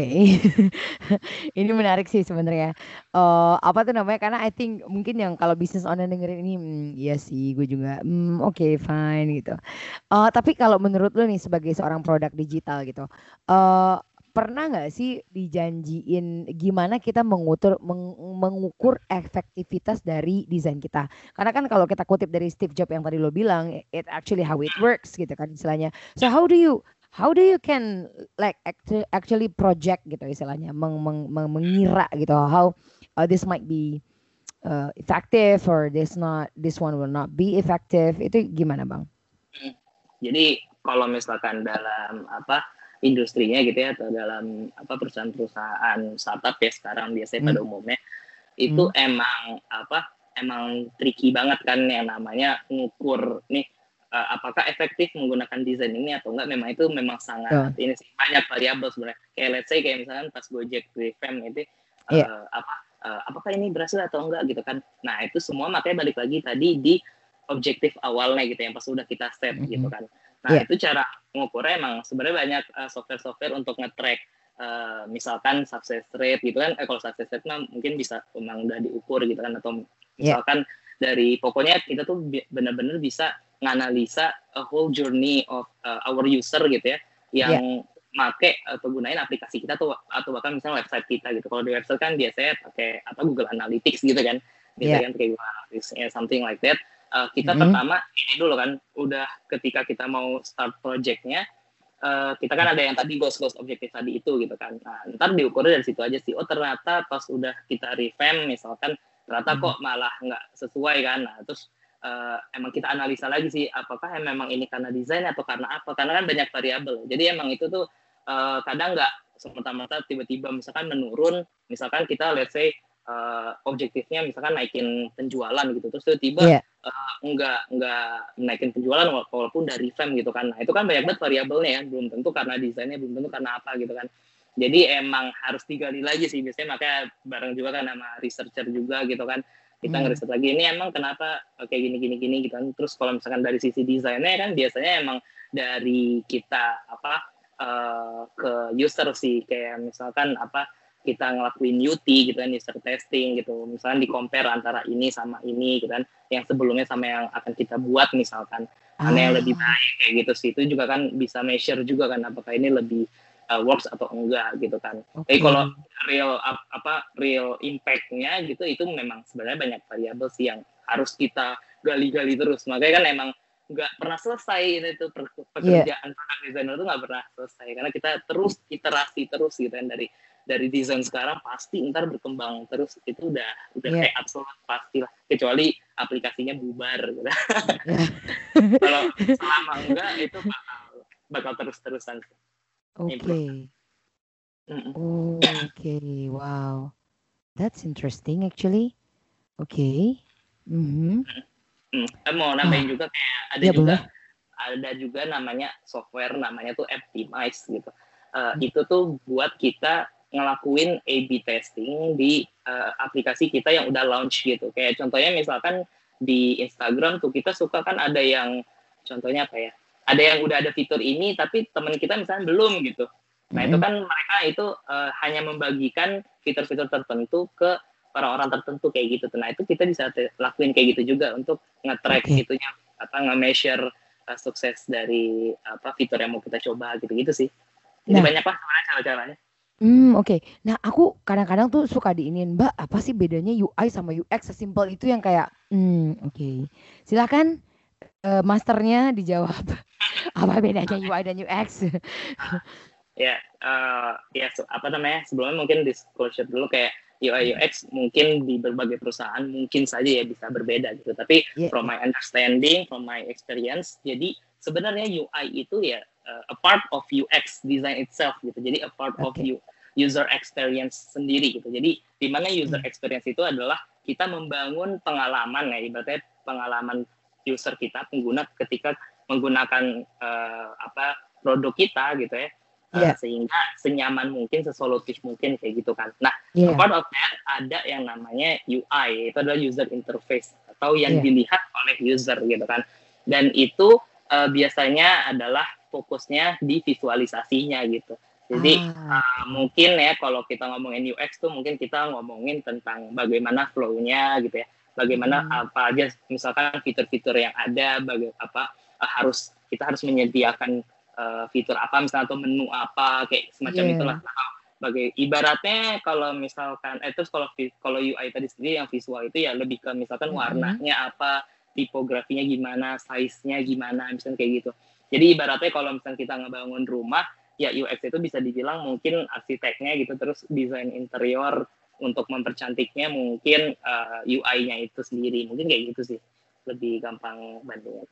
A: Ini menarik sih sebenarnya. Eh, apa tuh namanya? Karena I think mungkin yang kalau bisnis owner dengerin ini, hmm, iya sih, gue juga, hmm, oke, fine gitu. Eh, tapi kalau menurut lu nih sebagai seorang produk digital gitu, eh pernah nggak sih dijanjiin gimana kita mengukur meng- mengukur efektivitas dari desain kita? Karena kan kalau kita kutip dari Steve Jobs yang tadi lo bilang, it actually how it works gitu kan istilahnya. So how do you how do you can like actu- actually project gitu istilahnya, meng, meng- meng- mengira gitu how uh, this might be uh, effective or this not this one will not be effective itu gimana bang?
B: hmm. Jadi kalau misalkan dalam apa industrinya gitu ya atau dalam apa perusahaan-perusahaan startup ya sekarang biasanya pada
A: Hmm.
B: umumnya itu
A: Hmm.
B: emang apa emang tricky banget kan yang namanya ngukur nih uh, apakah efektif menggunakan desain ini atau enggak memang itu memang sangat
A: Tuh.
B: ini sih banyak variabel sebenarnya kayak let's say kayak misalkan pas Gojek revamp itu
A: Iya.
B: uh, apa uh, apakah ini berhasil atau enggak gitu kan nah itu semua makanya balik lagi tadi di objektif awalnya gitu yang pas udah kita set gitu
A: Mhm.
B: kan nah
A: Iya.
B: itu cara mengukurnya emang sebenarnya banyak uh, software-software untuk nge-track uh, misalkan success rate gitu kan eh, kalau success rate mah mungkin bisa memang udah diukur gitu kan atau
A: Iya.
B: misalkan dari pokoknya kita tuh benar-benar bisa nganalisa a whole journey of uh, our user gitu ya
A: Iya.
B: yang make atau gunain aplikasi kita tuh atau bahkan misalnya website kita gitu kalau di website kan biasanya pakai apa Google Analytics gitu kan
A: Iya.
B: biasanya kan pakai Google Analytics ya, something like that uh, kita
A: Mhm.
B: pertama ini dulu kan udah ketika kita mau start projectnya uh, kita kan ada yang tadi goals goals objektif tadi itu gitu kan nah, ntar diukurnya dari situ aja sih oh ternyata pas udah kita revamp misalkan ternyata
A: Mhm.
B: kok malah nggak sesuai kan nah terus uh, emang kita analisa lagi sih apakah memang ini karena desain atau karena apa karena kan banyak variabel jadi emang itu tuh uh, kadang nggak semata-mata tiba-tiba misalkan menurun misalkan kita let's say uh, objektifnya misalkan naikin penjualan gitu, terus tiba-tiba
A: Iya.
B: uh, enggak enggak naikin penjualan walaupun dari revamp gitu kan. Nah, itu kan banyak banget variabelnya ya, belum tentu karena desainnya, belum tentu karena apa gitu kan. Jadi emang harus digali lagi sih, biasanya makanya bareng juga kan sama researcher juga gitu kan. Kita
A: Hmm.
B: ngeriset lagi ini emang kenapa kayak gini gini gini gitu kan. Terus kalau misalkan dari sisi desainnya kan biasanya emang dari kita apa uh, ke user sih, kayak misalkan apa kita ngelakuin U T gitu kan, user testing gitu, misalkan di compare antara ini sama ini gitu kan, yang sebelumnya sama yang akan kita buat misalkan mana yang lebih
A: Ah,
B: baik kayak gitu sih. Itu juga kan bisa measure juga kan apakah ini lebih uh, works atau enggak gitu kan. Tapi
A: oke.
B: kalau real ap- apa real impact-nya gitu itu memang sebenarnya banyak variabel sih yang harus kita gali-gali terus. Makanya kan emang nggak pernah selesai itu per-
A: Iya.
B: pekerjaan product designer itu nggak pernah selesai karena kita terus iterasi terus gitu kan, dari dari desain sekarang pasti ntar berkembang terus, itu udah udah
A: Iya.
B: kayak absolut pastilah, kecuali aplikasinya bubar gitu.
A: Iya.
B: Kalau selama enggak itu bakal bakal terus-terusan improve.
A: Oke.
B: Mm-mm.
A: Oh, oke. Wow. That's interesting actually. Oke. Mhm.
B: Hmm. Eh, mau nambahin
A: Ah,
B: juga kayak ada
A: ya
B: juga
A: boleh.
B: ada juga namanya software namanya tuh Optimize gitu. Uh,
A: Hmm.
B: itu tuh buat kita ngelakuin A B testing di uh, aplikasi kita yang udah launch gitu. Kayak contohnya misalkan di Instagram tuh kita suka kan ada yang contohnya apa ya? Ada yang udah ada fitur ini tapi teman kita misalnya belum gitu. Nah, itu
A: Mm-mm.
B: kan mereka itu uh, hanya membagikan fitur-fitur tertentu ke orang-orang tertentu kayak gitu. Nah, itu kita bisa te- lakuin kayak gitu juga untuk nge-track
A: Oke.
B: itunya, apa nge-measure uh, sukses dari apa fitur yang mau kita coba gitu-gitu sih. Jadi
A: Nah,
B: banyak lah sebenarnya cara-caranya.
A: hmm, oke. Nah, aku kadang-kadang tuh suka diinin, Mbak, apa sih bedanya U I sama U X? Sesimpel itu yang kayak, hmm, oke. Silakan eh, masternya dijawab. Apa bedanya U I dan U X?
B: Ya, uh, ya so, apa namanya? Sebelumnya mungkin disclosure dulu kayak U I U X mungkin di berbagai perusahaan mungkin saja ya bisa berbeda gitu. Tapi
A: Iya,
B: from
A: iya.
B: my understanding, from my experience, jadi sebenarnya U I itu ya uh, a part of U X design itself gitu. Jadi a part of
A: Oke.
B: you user experience sendiri gitu. Jadi di mana user
A: Hmm.
B: experience itu adalah kita membangun pengalaman ya, ibaratnya pengalaman user kita pengguna ketika menggunakan uh, apa produk kita gitu ya. Uh,
A: Iya,
B: sehingga senyaman mungkin, sesolutif mungkin kayak gitu kan. Nah, a
A: iya,
B: part of that ada yang namanya U I, itu adalah user interface atau yang
A: iya.
B: dilihat oleh user gitu kan. Dan itu uh, biasanya adalah fokusnya di visualisasinya gitu. Jadi
A: Ah,
B: uh,
A: oke.
B: mungkin ya kalau kita ngomongin U X tuh mungkin kita ngomongin tentang bagaimana flow-nya gitu ya. Bagaimana
A: Mm-mm.
B: apa aja misalkan fitur-fitur yang ada, bagaimana apa uh, harus kita harus menyediakan uh, fitur apa misalnya atau menu apa kayak semacam itulah.
A: Iya.
B: Nah, bagai ibaratnya kalau misalkan eh terus kalau kalau U I tadi sendiri yang visual itu ya lebih ke misalkan
A: Mm-mm.
B: warnanya apa, tipografinya gimana, size-nya gimana, misalnya kayak gitu. Jadi ibaratnya kalau misalnya kita ngebangun rumah, ya U X itu bisa dibilang mungkin arsiteknya gitu, terus desain interior untuk mempercantiknya mungkin uh, U I-nya itu sendiri. Mungkin kayak gitu sih. Lebih gampang bandingnya.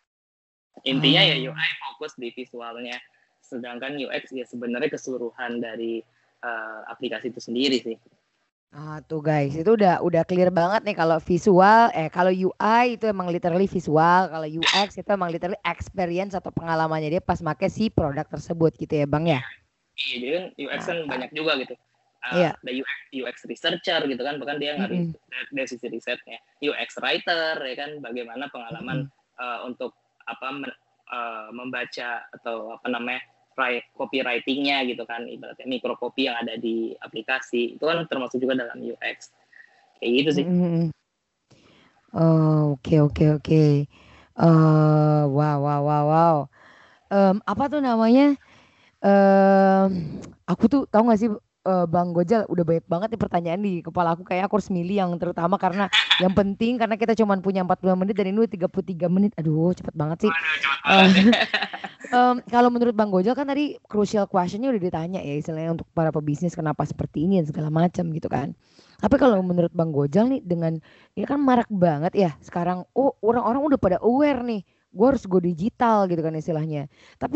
B: Intinya ya
A: Ah.
B: U I fokus di visualnya, sedangkan U X ya sebenarnya keseluruhan dari uh, aplikasi itu sendiri sih.
A: Ah, tuh guys, itu udah udah clear banget nih kalau visual, eh kalau U I itu emang literally visual, kalau U X itu emang literally experience atau pengalamannya dia pas make si produk tersebut gitu ya, Bang ya.
B: Iya, jadi kan U X kan
A: Mantap.
B: banyak juga gitu. Uh,
A: Iya.
B: ada U X, U X researcher gitu kan, bahkan dia nggak
A: Mm-mm.
B: dari sisi risetnya. U X writer ya kan, bagaimana pengalaman
A: Mm-mm.
B: uh, untuk apa men, uh, membaca atau apa namanya copywritingnya gitu kan, ibaratnya mikrocopy yang ada di aplikasi itu kan termasuk juga dalam U X kayak gitu sih.
A: Mm-mm. Oh, oke oke oke. Eh, wow wow wow wow. Em, apa tuh namanya? Em, aku tuh tahu gak sih eh, Bang Gojal udah banyak banget nih pertanyaan di kepala aku, kayak aku harus milih yang terutama karena yang penting karena kita cuma punya empat puluh menit dan ini udah tiga puluh tiga menit. Aduh, cepet banget sih.
B: Waduh, cepet
A: Eh,
B: banget ya.
A: em, kalau menurut Bang Gojal kan tadi crucial questionnya udah ditanya ya, istilahnya untuk para pebisnis kenapa seperti ini dan segala macam gitu kan. Tapi kalau menurut Bang Gojal nih dengan ini kan marak banget ya sekarang, oh orang-orang udah pada aware nih, gue harus go digital gitu kan istilahnya. Tapi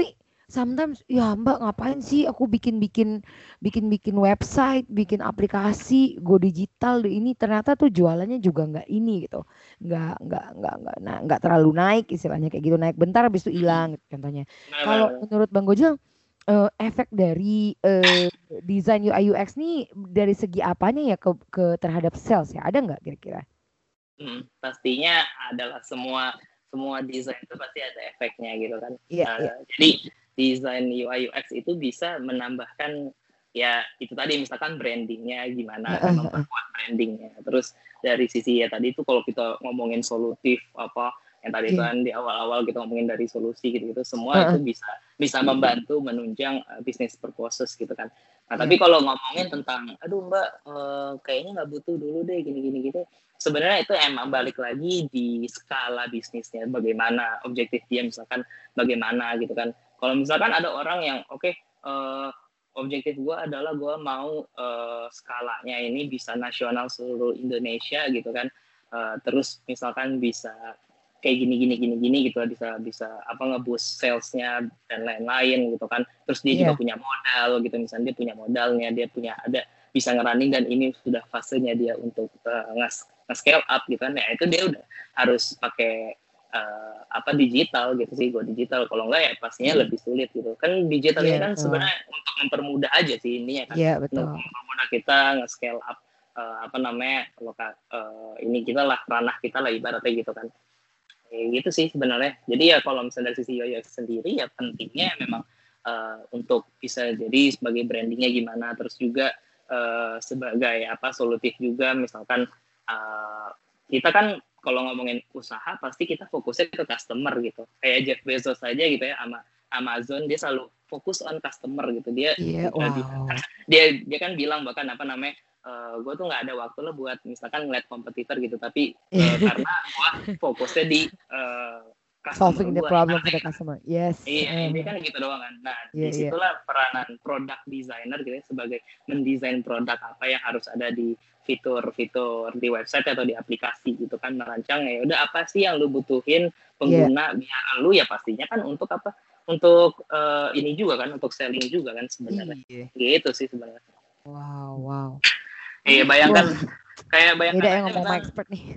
A: sometimes ya Mbak ngapain sih aku bikin-bikin bikin-bikin website, bikin aplikasi go digital di ini ternyata tuh jualannya juga nggak ini gitu. Nggak nggak nggak nggak nah, nggak terlalu naik istilahnya kayak gitu naik bentar habis itu hilang gitu contohnya. Kalau
B: Benar-benar.
A: menurut Bang Gojal eh, efek dari eh, desain U I U X nih dari segi apanya ya ke, ke terhadap sales ya ada nggak kira-kira?
B: Hmm, pastinya adalah semua semua desain itu pasti ada efeknya gitu kan.
A: Iya, iya.
B: Uh, jadi desain U I U X itu bisa menambahkan ya itu tadi misalkan brandingnya gimana kan
A: Heeh, heeh.
B: memperkuat brandingnya. Terus dari sisi ya tadi itu kalau kita ngomongin solutif apa yang tadi itu
A: Iya.
B: kan di awal-awal kita ngomongin dari solusi gitu-gitu semua itu
A: Heeh,
B: bisa bisa membantu menunjang uh, bisnis purposes gitu kan. Nah
A: iya.
B: tapi kalau ngomongin tentang aduh mbak uh, kayaknya nggak butuh dulu deh gini-gini gitu sebenarnya itu emang balik lagi di skala bisnisnya bagaimana objektif dia misalkan bagaimana gitu kan kalau misalkan ada orang yang oke okay, uh, objektif gue adalah gue mau uh, skalanya ini bisa nasional seluruh Indonesia gitu kan uh, terus misalkan bisa kayak gini gini gini gini gitu bisa bisa apa ngeboost salesnya dan lain-lain gitu kan terus dia juga
A: Iya.
B: punya modal gitu misalnya dia punya modalnya dia punya ada bisa ngerunning dan ini sudah fasenya dia untuk uh, ngas scale up gitu kan ya itu dia udah harus pakai uh, apa digital gitu sih gue digital kalau enggak ya pastinya
A: Hmm.
B: lebih sulit gitu kan digital
A: Iya
B: ini kan
A: betul.
B: sebenarnya untuk mempermudah aja sih ininya kan
A: Iya
B: untuk
A: betul.
B: mempermudah kita nge-scale up uh, apa namanya kalau uh, ini kita lah ranah kita lah ibaratnya gitu kan kayak gitu sih sebenarnya jadi ya kalau misalnya dari sisi Yoyo sendiri ya pentingnya memang uh, untuk bisa jadi sebagai brandingnya gimana terus juga uh, sebagai apa solutif juga misalkan uh, kita kan kalau ngomongin usaha pasti kita fokusnya ke customer gitu kayak Jeff Bezos saja gitu ya sama Amazon dia selalu fokus on customer gitu dia
A: Iya,
B: uh, dia,
A: wow.
B: dia dia kan bilang bahkan apa namanya uh, gue tuh nggak ada waktu lah buat misalkan ngeliat kompetitor gitu tapi uh, karena gue fokusnya di uh, customer
A: Solving the
B: gue
A: problem for the customer. Yes.
B: iya ini
A: Uh,
B: kan gitu doang kan nah
A: iya, iya.
B: disitulah peranan product designer gitu ya, sebagai mendesain produk apa yang harus ada di fitur-fitur di website atau di aplikasi gitu kan merancang ya udah apa sih yang lu butuhin
A: Iya.
B: pengguna biar lu ya pastinya kan untuk apa untuk uh, ini juga kan untuk selling juga kan sebenarnya
A: Iya.
B: gitu sih sebenarnya
A: Wow, wow.
B: iya
A: Ini
B: bayangkan
A: wah,
B: kayak
A: beda
B: bayangkan
A: yang
B: aja
A: ngomong sama
B: misalkan
A: expert nih.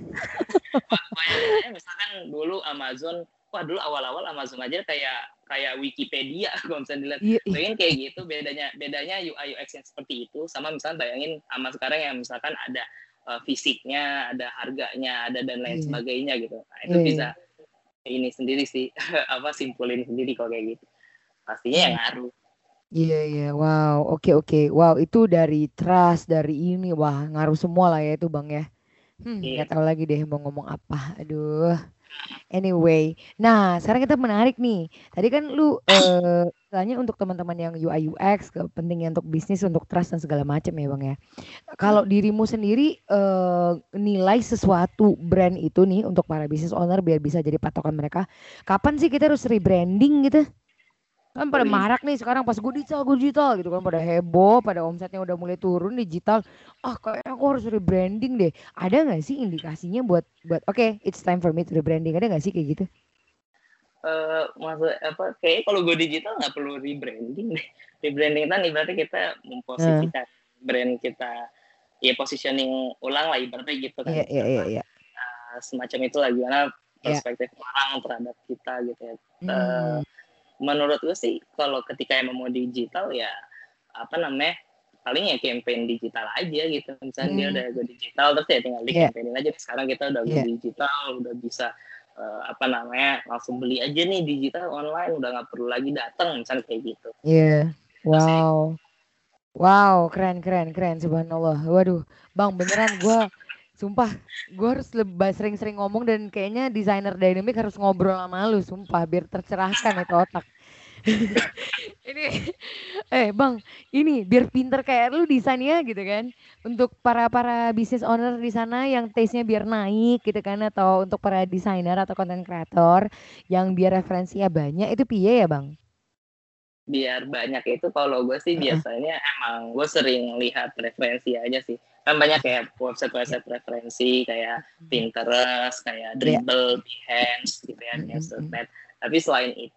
B: bayangin aja misalkan dulu Amazon wah dulu awal-awal Amazon aja kayak kayak Wikipedia kalau misalnya dilihat
A: Iya, iya.
B: bayangin kayak gitu bedanya bedanya U I U X yang seperti itu sama misalnya bayangin sama sekarang yang misalkan ada uh, fisiknya ada harganya ada dan lain
A: Iya,
B: sebagainya gitu nah itu
A: iya, iya.
B: bisa ini sendiri sih apa simpulin sendiri kalau kayak gitu pastinya yang
A: Hmm.
B: ngaruh.
A: Iya, iya. Wow, oke, oke. Wow, itu dari trust, dari ini. Wah, ngaruh semua lah ya itu Bang ya. Hmm, nggak
B: Iya.
A: tahu lagi deh mau ngomong apa. Aduh. Anyway, nah sekarang kita menarik nih. Tadi kan lu eh istilahnya untuk teman-teman yang U I U X, ke pentingnya untuk bisnis, untuk trust dan segala macam ya Bang ya.
B: Hmm?
A: Kalau dirimu sendiri eh, nilai sesuatu brand itu nih untuk para business owner biar bisa jadi patokan mereka, kapan sih kita harus rebranding gitu? Kan pada marak nih sekarang pas gue digital, gue digital gitu kan pada heboh, pada omsetnya udah mulai turun digital. Ah kayaknya aku harus rebranding deh. Ada nggak sih indikasinya buat buat oke, okay, it's time for me to rebranding. Ada nggak sih kayak gitu?
B: Uh, maksud apa kayak kalau gue digital nggak perlu rebranding deh rebranding kan ibaratnya kita
A: Nah,
B: memposisikan brand kita ya positioning ulang lah ibaratnya gitu
A: iya
B: kan
A: iya iya
B: apa
A: iya.
B: uh, semacam itulah gimana
A: Iya.
B: perspektif orang terhadap kita gitu ya uh,
A: Hmm,
B: menurut gue sih kalau ketika emang mau digital ya apa namanya paling ya campaign digital aja gitu misalnya dia
A: hmm,
B: udah go digital terus ya tinggal di
A: iya
B: campaignin aja sekarang kita udah go
A: iya
B: digital udah bisa uh, apa namanya langsung beli aja nih digital online udah nggak perlu lagi datang misalnya kayak gitu
A: iya.
B: itu sih.
A: Wow. Wow, keren keren keren subhanallah. Waduh, Bang beneran gue sumpah gue harus lebih sering-sering ngomong dan kayaknya desainer dynamic harus ngobrol sama lu sumpah biar tercerahkan itu otak. Ini eh Bang, ini biar pinter kayak lu desainnya gitu kan. Untuk para para business owner di sana yang taste-nya biar naik gitu kan atau untuk para desainer atau content creator yang biar referensinya banyak itu piye ya, Bang?
B: Biar banyak itu kalau gue sih
A: Heeh.
B: biasanya emang gue sering lihat referensi aja sih kan banyak kayak
A: Ya.
B: website-website referensi kayak
A: Mm,
B: Pinterest kayak
A: ya.
B: Dribbble, Behance gitu ya kayak
A: Mm, mm, mm.
B: Subnet tapi selain itu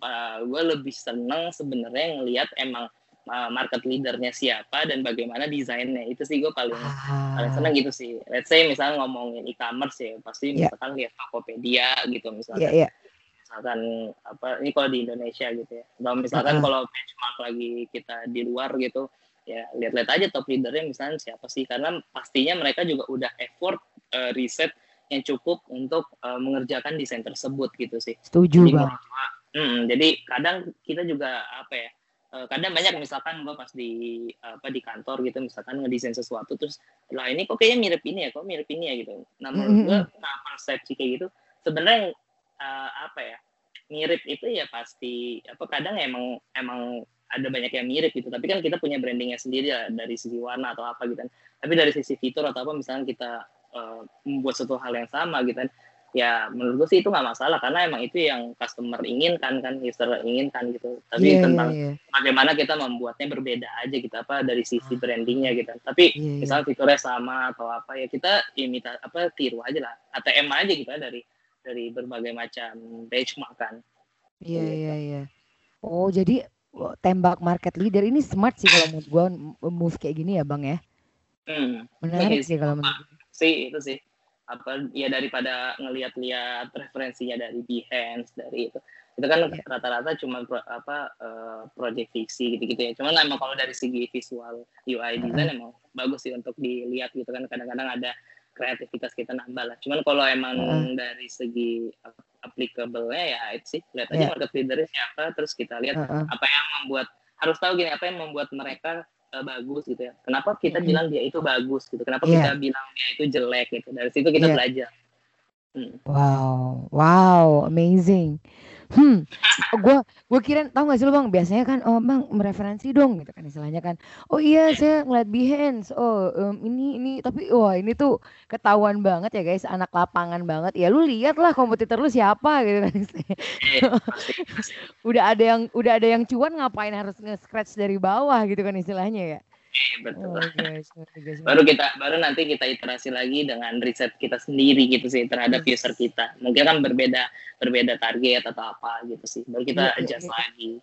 B: uh, gue lebih seneng sebenarnya ngelihat emang uh, market leadernya siapa dan bagaimana desainnya. Itu sih gue paling paling
A: Ah,
B: seneng gitu sih. Let's say misalnya ngomongin e-commerce ya, pasti
A: ya,
B: misalkan lihat Tokopedia gitu
A: ya,
B: misalkan.
A: ya.
B: Misalkan apa ini kalau di Indonesia gitu ya. Atau misalkan
A: Heeh.
B: kalau benchmark lagi kita di luar gitu, ya lihat-lihat aja top leadernya misalnya siapa sih, karena pastinya mereka juga udah effort uh, riset yang cukup untuk uh, mengerjakan desain tersebut gitu sih.
A: Setuju
B: Jadi
A: bang.
B: menurut gua, mm, jadi kadang kita juga apa ya, uh, kadang banyak misalkan gua pas di apa di kantor gitu misalkan ngedesain sesuatu terus lah ini kok kayaknya mirip ini ya, kok mirip ini ya gitu. Nah
A: Mm,
B: menurut
A: mm,
B: gua
A: mm.
B: nah, persepsi kayak gitu sebenarnya uh, apa ya, mirip itu ya pasti apa kadang emang emang ada banyak yang mirip gitu, tapi kan kita punya brandingnya sendiri ya dari sisi warna atau apa gitu kan. Tapi dari sisi fitur atau apa misalnya kita uh, membuat suatu hal yang sama gitu kan, ya menurut gue sih itu nggak masalah karena emang itu yang customer inginkan kan, user inginkan gitu. Tapi
A: Iya, iya,
B: tentang
A: iya.
B: bagaimana kita membuatnya berbeda aja gitu, apa dari sisi
A: Ah,
B: brandingnya gitu. Tapi
A: iya, iya.
B: misalnya fiturnya sama atau apa ya kita imita apa tiru aja lah, A T M aja gitu ya dari dari berbagai macam benchmark kan
A: Iya, iya,
B: gitu.
A: iya. Oh, jadi oh, tembak market leader ini smart sih kalau menurut gua m- move kayak gini ya, Bang ya.
B: Hmm,
A: Menarik sih kalau
B: simple
A: menurut gua.
B: sih itu sih apa ya daripada ngelihat-lihat referensinya dari Behance dari itu itu kan
A: Iya.
B: rata-rata cuma pro, apa uh, project fiksi gitu-gitu ya, cuman emang kalau dari segi visual U I
A: Heeh.
B: design emang bagus sih untuk dilihat gitu kan, kadang-kadang ada kreativitas kita nambah lah, cuman kalau emang
A: Heeh.
B: dari segi applicable-nya ya itu sih lihat aja
A: Ya.
B: market leader-nya siapa terus kita lihat
A: Heeh.
B: apa yang membuat, harus tahu gini apa yang membuat mereka uh, bagus gitu ya. Kenapa kita
A: Mm-mm.
B: bilang dia itu bagus gitu? Kenapa kita
A: Iya.
B: bilang dia itu jelek gitu? Dari situ kita
A: Iya.
B: belajar. Hmm.
A: Wow, wow, amazing. Hmm, gue gue kira tahu nggak sih lo bang, biasanya kan oh bang mereferensi dong gitu kan istilahnya kan. Oh iya saya ngeliat Behance. Oh em, ini ini tapi wah ini tuh ketahuan banget ya guys, anak lapangan banget. Ya lu lihat lah kompetitor lu siapa gitu kan.
B: Eh, pasti pasti.
A: Udah ada yang udah ada yang cuan ngapain harus nge-scratch dari bawah gitu kan istilahnya ya.
B: Eh,
A: Oh
B: betul.
A: my gosh, oh my gosh,
B: Baru
A: menarik.
B: kita baru nanti kita iterasi lagi dengan riset kita sendiri gitu sih terhadap user
A: Yes.
B: kita. Mungkin kan berbeda berbeda target atau apa gitu sih. Baru
A: Iya,
B: kita
A: iya,
B: adjust
A: iya.
B: lagi.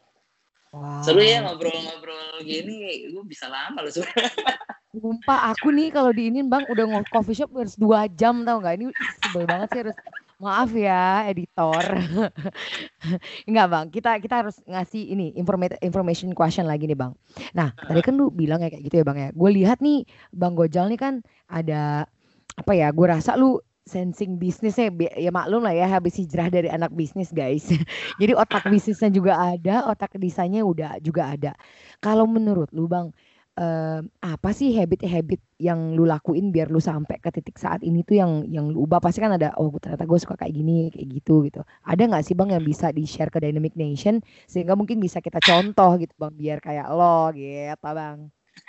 B: Seru ya
A: Wow.
B: ngobrol-ngobrol gini, gue bisa lama loh sebenarnya.
A: Sumpah aku nih kalau diinin bang udah nge coffee shop harus dua jam tau nggak ini ih, sebel banget sih harus maaf ya editor. Enggak bang, kita kita harus ngasih ini informa- information question lagi nih bang. Nah tadi kan lu bilang ya kayak gitu ya bang ya, gue lihat nih bang Gojal nih kan ada apa ya, gue rasa lu sensing bisnisnya bi- ya maklum lah ya habis hijrah dari anak bisnis guys. Jadi otak bisnisnya juga ada, otak desainnya udah juga ada. Kalau menurut lu bang, eh, apa sih habit-habit yang lu lakuin biar lu sampai ke titik saat ini tuh yang yang lu ubah? Pasti kan ada, oh ternyata gue suka kayak gini kayak gitu gitu. Ada nggak sih bang yang bisa di share ke Dynamic Nation sehingga mungkin bisa kita contoh gitu bang biar kayak lo gitu bang.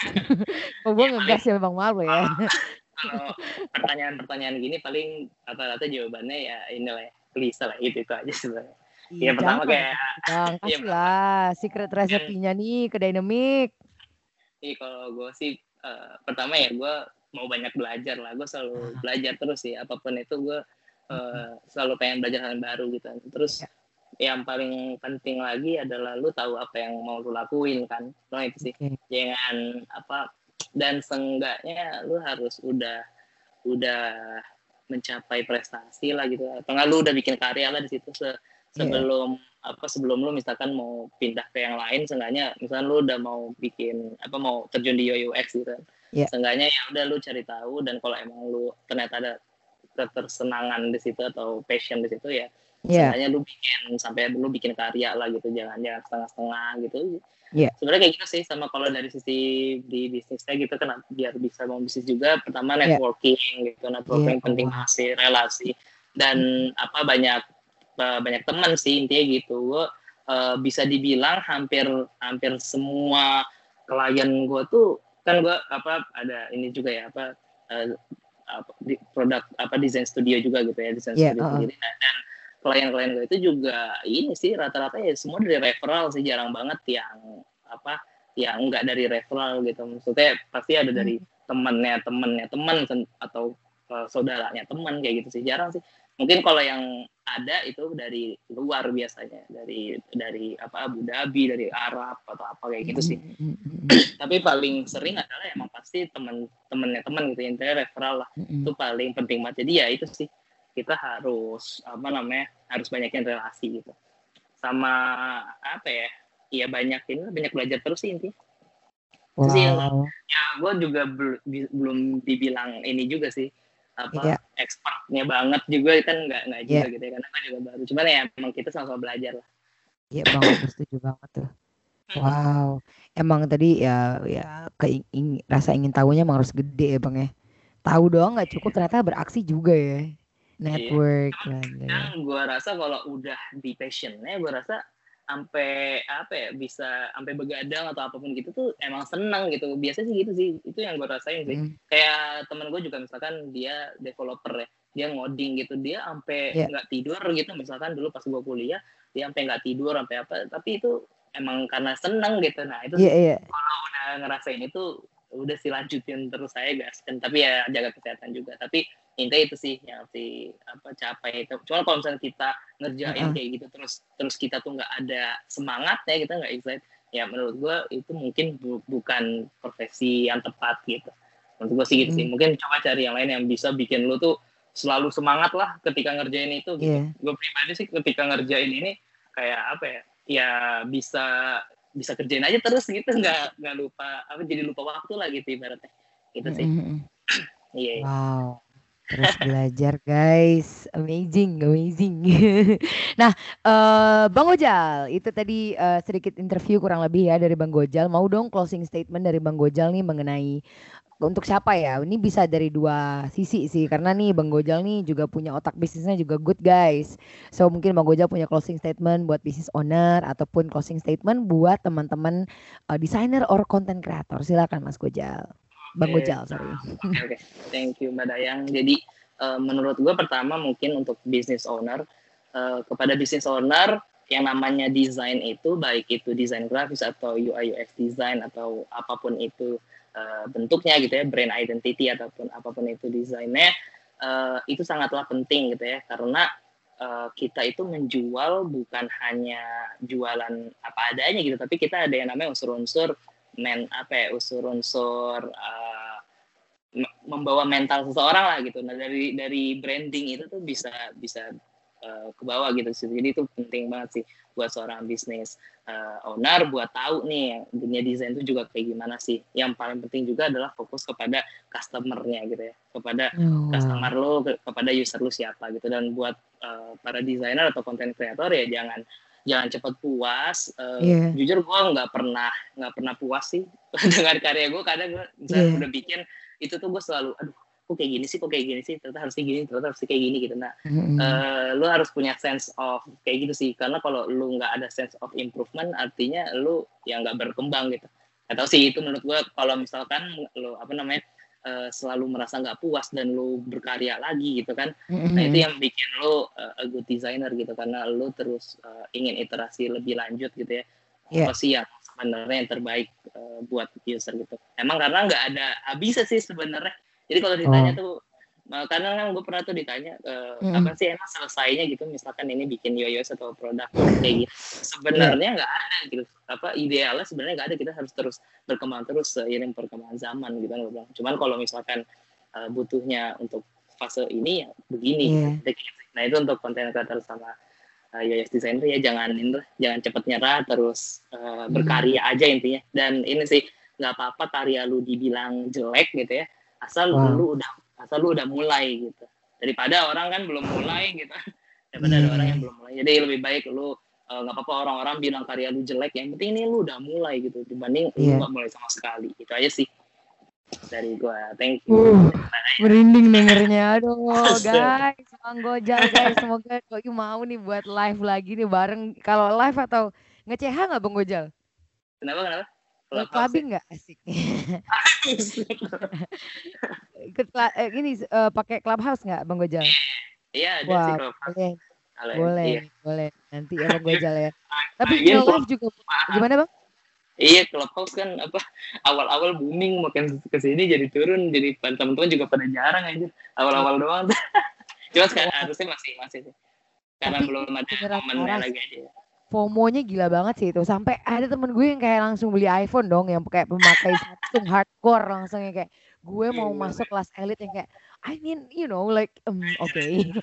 A: Kok gue
B: Ya paling
A: ngegas ya bang, maaf lo ya.
B: kalau pertanyaan-pertanyaan gini paling rata-rata jawabannya ya inilah ya, klise lah itu itu aja sebenarnya.
A: Ih,
B: Ya pertama
A: jangan
B: kayak
A: gitu bang,
B: ya
A: kasih
B: pertama
A: lah secret
B: kan
A: resepinya nih ke Dynamic.
B: Iya kalau gue sih uh, pertama ya gue mau banyak belajar lah, gue selalu
A: Ah,
B: belajar terus sih apapun itu gue
A: mm-mm.
B: uh, selalu pengen belajar hal baru gitu. Terus
A: Ya,
B: yang paling penting lagi adalah lu tahu apa yang mau lu lakuin kan, nah itu sih
A: oke.
B: jangan apa, dan seenggaknya lu harus udah udah mencapai prestasi lah gitu, atau nggak lu udah bikin karya lah di situ se
A: Iya,
B: sebelum apa sebelum lu misalkan mau pindah ke yang lain, seenggaknya misalkan lu udah mau bikin apa mau terjun di U X gitu kan,
A: iya,
B: seenggaknya ya udah lu cari tahu, dan kalau emang lu ternyata ada ketersenangan di situ atau passion di situ ya
A: iya,
B: seenggaknya lu bikin sampai lu bikin karya lah gitu, jangan jangan setengah-setengah gitu.
A: iya,
B: Sebenarnya kayak gitu sih, sama kalau dari sisi di bisnisnya gitu kan biar bisa mau bisnis juga pertama
A: iya,
B: networking gitu,
A: iya,
B: networking
A: oh,
B: penting
A: wow.
B: banget sih, relasi dan
A: Mm-mm.
B: apa banyak banyak teman sih intinya gitu. Gue uh, bisa dibilang hampir hampir semua klien gue tuh kan gue apa ada ini juga ya apa uh, apa di, produk apa desain studio juga gitu ya, desain
A: Iya,
B: studio
A: heeh.
B: sendiri. Nah, dan klien-klien gue itu juga ini sih rata-rata ya semua dari referral sih, jarang banget yang apa yang enggak dari referral gitu, maksudnya pasti ada
A: Mm,
B: dari temennya temennya teman atau uh, saudaranya teman kayak gitu sih, jarang sih Mungkin kalau yang ada itu dari luar biasanya, dari dari apa Abu Dhabi, dari Arab atau apa kayak gitu sih.
A: Mm-mm.
B: Tapi paling sering adalah emang pasti teman-temannya teman gitu, intinya referral lah.
A: Mm-mm.
B: Itu paling penting banget. Jadi ya itu sih, kita harus apa namanya harus banyakin relasi gitu. Sama apa ya? Ya banyakin banyak belajar terus sih intinya. Itu sih yang
A: Wow.
B: ya gue juga bel- bi- belum dibilang ini juga sih apa
A: Iya,
B: expertnya banget juga kan nggak nggak juga
A: iya,
B: gitu ya karena kan juga baru cuman ya emang kita sama-sama belajar lah.
A: iya banget, gue setuju banget tuh. Wow, emang tadi ya ya keing rasa ingin tahunya emang harus gede ya bang ya. Tahu doang nggak cukup, ternyata beraksi juga ya.
B: Iya.
A: Network lah ya.
B: Yang gue rasa kalau udah di passionnya gue rasa sampai apa ya bisa sampai begadang atau apapun gitu tuh emang senang gitu biasanya sih gitu sih itu yang gue rasain sih.
A: Mm.
B: Kayak temen gue juga misalkan dia developer ya dia ngoding gitu dia sampai
A: Ya,
B: nggak tidur gitu misalkan dulu pas gue kuliah dia sampai nggak tidur sampai apa tapi itu emang karena senang gitu. Nah itu
A: iya,
B: sih
A: iya.
B: kalau udah ngerasain itu udah sih lanjutin terus saya gas kan tapi ya jaga kesehatan juga tapi intinya itu sih yang harus apa capai itu. Cuma kalau misalnya kita ngerjain
A: Heeh.
B: kayak gitu terus terus kita tuh nggak ada semangatnya kita nggak excited ya menurut gue itu mungkin bu- bukan profesi yang tepat gitu. Menurut gue sih gitu sih.
A: Mm.
B: Mungkin coba cari yang lain yang bisa bikin lu tuh selalu semangat lah ketika ngerjain itu gitu.
A: Iya.
B: Gue pribadi sih ketika ngerjain ini kayak apa ya? Ya bisa bisa kerjain aja terus gitu nggak nggak lupa apa jadi lupa waktu lah gitu ibaratnya gitu sih.
A: Mm-mm.
B: Iya. Yeah.
A: Wow. Terus belajar guys, amazing, amazing. Nah, eh Bang Gojal, itu tadi eh, sedikit interview kurang lebih ya dari Bang Gojal. Mau dong closing statement dari Bang Gojal nih mengenai untuk siapa ya? Ini bisa dari dua sisi sih, karena nih Bang Gojal nih juga punya otak bisnisnya juga good guys. So mungkin Bang Gojal punya closing statement buat business owner ataupun closing statement buat teman-teman eh, desainer or content creator. Silakan Mas Gojal. Bang
B: Oke,
A: Gojal, sorry.
B: oke, oke. Thank you Mbak Dayang. Jadi uh, menurut gue pertama mungkin untuk business owner, uh, kepada business owner yang namanya desain itu baik itu desain grafis atau U I U X design atau apapun itu uh, bentuknya gitu ya, brand identity ataupun apapun itu desainnya, uh, itu sangatlah penting gitu ya karena uh, kita itu menjual bukan hanya jualan apa adanya gitu, tapi kita ada yang namanya unsur-unsur men apa ya unsur-unsur uh, membawa mental seseorang lah gitu. Nah dari dari branding itu tuh bisa bisa uh, ke bawah gitu sih. Jadi itu penting banget sih buat seorang bisnis uh, owner buat tahu nih dunia desain itu juga kayak gimana sih. Yang paling penting juga adalah fokus kepada customer-nya gitu ya, kepada
A: Oh,
B: customer
A: wow.
B: lo, kepada user lo siapa gitu. Dan buat uh, para desainer atau content creator ya jangan jangan cepat puas. Uh,
A: Iya,
B: jujur gue nggak pernah nggak pernah puas sih dengan karya gue. Kadang gue misalnya
A: iya.
B: udah bikin itu tuh gue selalu aduh kok kayak gini sih kok kayak gini sih ternyata harus kayak gini ternyata harus kayak gini gitu. Nah
A: Mm-mm.
B: uh, lu harus punya sense of kayak gitu sih karena kalau lu nggak ada sense of improvement artinya lu yang nggak berkembang gitu. Atau sih itu menurut gue kalau misalkan lu apa namanya uh, selalu merasa nggak puas dan lu berkarya lagi gitu kan. Nah itu
A: Mm-mm.
B: yang bikin lu uh, a good designer gitu karena lu terus uh, ingin iterasi lebih lanjut gitu ya.
A: Iya,
B: Apa sih yang sebenarnya yang terbaik uh, buat user gitu. Emang karena nggak ada habisnya sih sebenarnya. Jadi kalau ditanya
A: oh,
B: tuh, uh, karena kan gue pernah tuh ditanya uh, apa
A: mm-mm.
B: sih emang selesainya gitu, misalkan ini bikin U I U X atau produk kayak gitu.
A: Iya,
B: Sebenarnya nggak ada gitu. Apa idealnya sebenarnya nggak ada, kita harus terus berkembang terus seiring perkembangan zaman gitu kan gue bilang. Cuman kalau misalkan uh, butuhnya untuk fase ini ya begini gitu.
A: iya.
B: Nah itu untuk konten creator sama uh, U X designer ya jangan ini lah, jangan cepet nyerah terus uh,
A: Mm.
B: berkarya aja intinya. Dan ini sih nggak apa-apa karya lu dibilang jelek gitu ya asal
A: Wow.
B: lu udah asal lu udah mulai gitu daripada orang kan belum mulai gitu daripada ada orang yang
A: Iya.
B: belum mulai jadi lebih baik lu uh, nggak apa-apa orang-orang bilang karya lu jelek yang penting ini lu udah mulai gitu dibanding lu
A: Iya.
B: nggak mulai sama sekali itu aja sih dari gua. Thank you.
A: Uh, merinding dengernya. Aduh, guys, Bang Gojal, guys. Semoga Doi mau nih buat live lagi nih bareng. Kalau live atau nge-C H nggak Bang Gojal?
B: Kenapa kenapa
A: Eh,
B: Clubhouse ya.
A: clubbing nggak asik? Ikut cla- eh, ini eh, pakai Clubhouse nggak Bang Gojal?
B: Iya ada sih
A: Wah,
B: Clubhouse
A: boleh,
B: kalau
A: boleh
B: iya
A: nih, boleh. Nanti ya Bang Gojal ya. Tapi
B: lagian
A: nge-live juga gimana Bang?
B: iya Clubhouse kan apa awal-awal booming makin kesini jadi turun jadi teman-teman juga pada jarang aja awal-awal doang Cuma sekarang harusnya masih masih sih. Karena
A: Tapi
B: belum ada
A: beneran
B: momennya
A: parah
B: lagi
A: sih.
B: aja.
A: FOMO-nya gila banget sih itu. Sampai ada temen gue yang kayak langsung beli iPhone dong, yang kayak pemakai Samsung hardcore, langsung yang kayak gue mau
B: Iya,
A: masuk kelas elit yang kayak I mean you know like um, oke. Okay.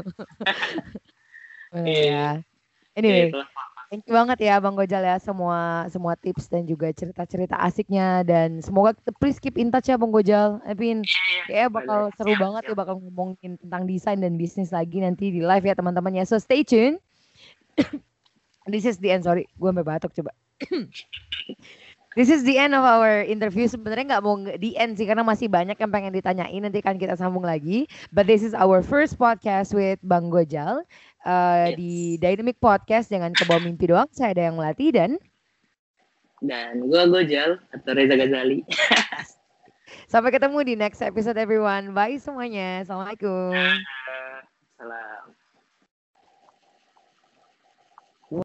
B: iya,
A: Ya.
B: iya,
A: Anyway,
B: itulah.
A: thank you banget ya Bang Gojal ya semua semua tips dan juga cerita-cerita asiknya, dan semoga please keep in touch ya Bang Gojal. I mean
B: Iya,
A: kayak
B: boleh.
A: bakal seru
B: Siap,
A: banget ya
B: siap.
A: bakal ngomongin tentang desain dan bisnis lagi nanti di live ya teman-teman ya. So stay tune. This is the end. Sorry, gue sampai batuk coba. This is the end of our interview. Sebenarnya nggak mau nge- di end sih karena masih banyak yang pengen ditanyain. Nanti kan kita sambung lagi. But this is our first podcast with Bang Gojal uh, di
B: Yes.
A: Dynamic Podcast. Jangan kebawa mimpi doang. Saya ada yang melatih dan
B: Dan gue Gojal atau Reza Ghazali.
A: sampai ketemu di next episode everyone. Bye semuanya. Assalamualaikum.
B: Salam.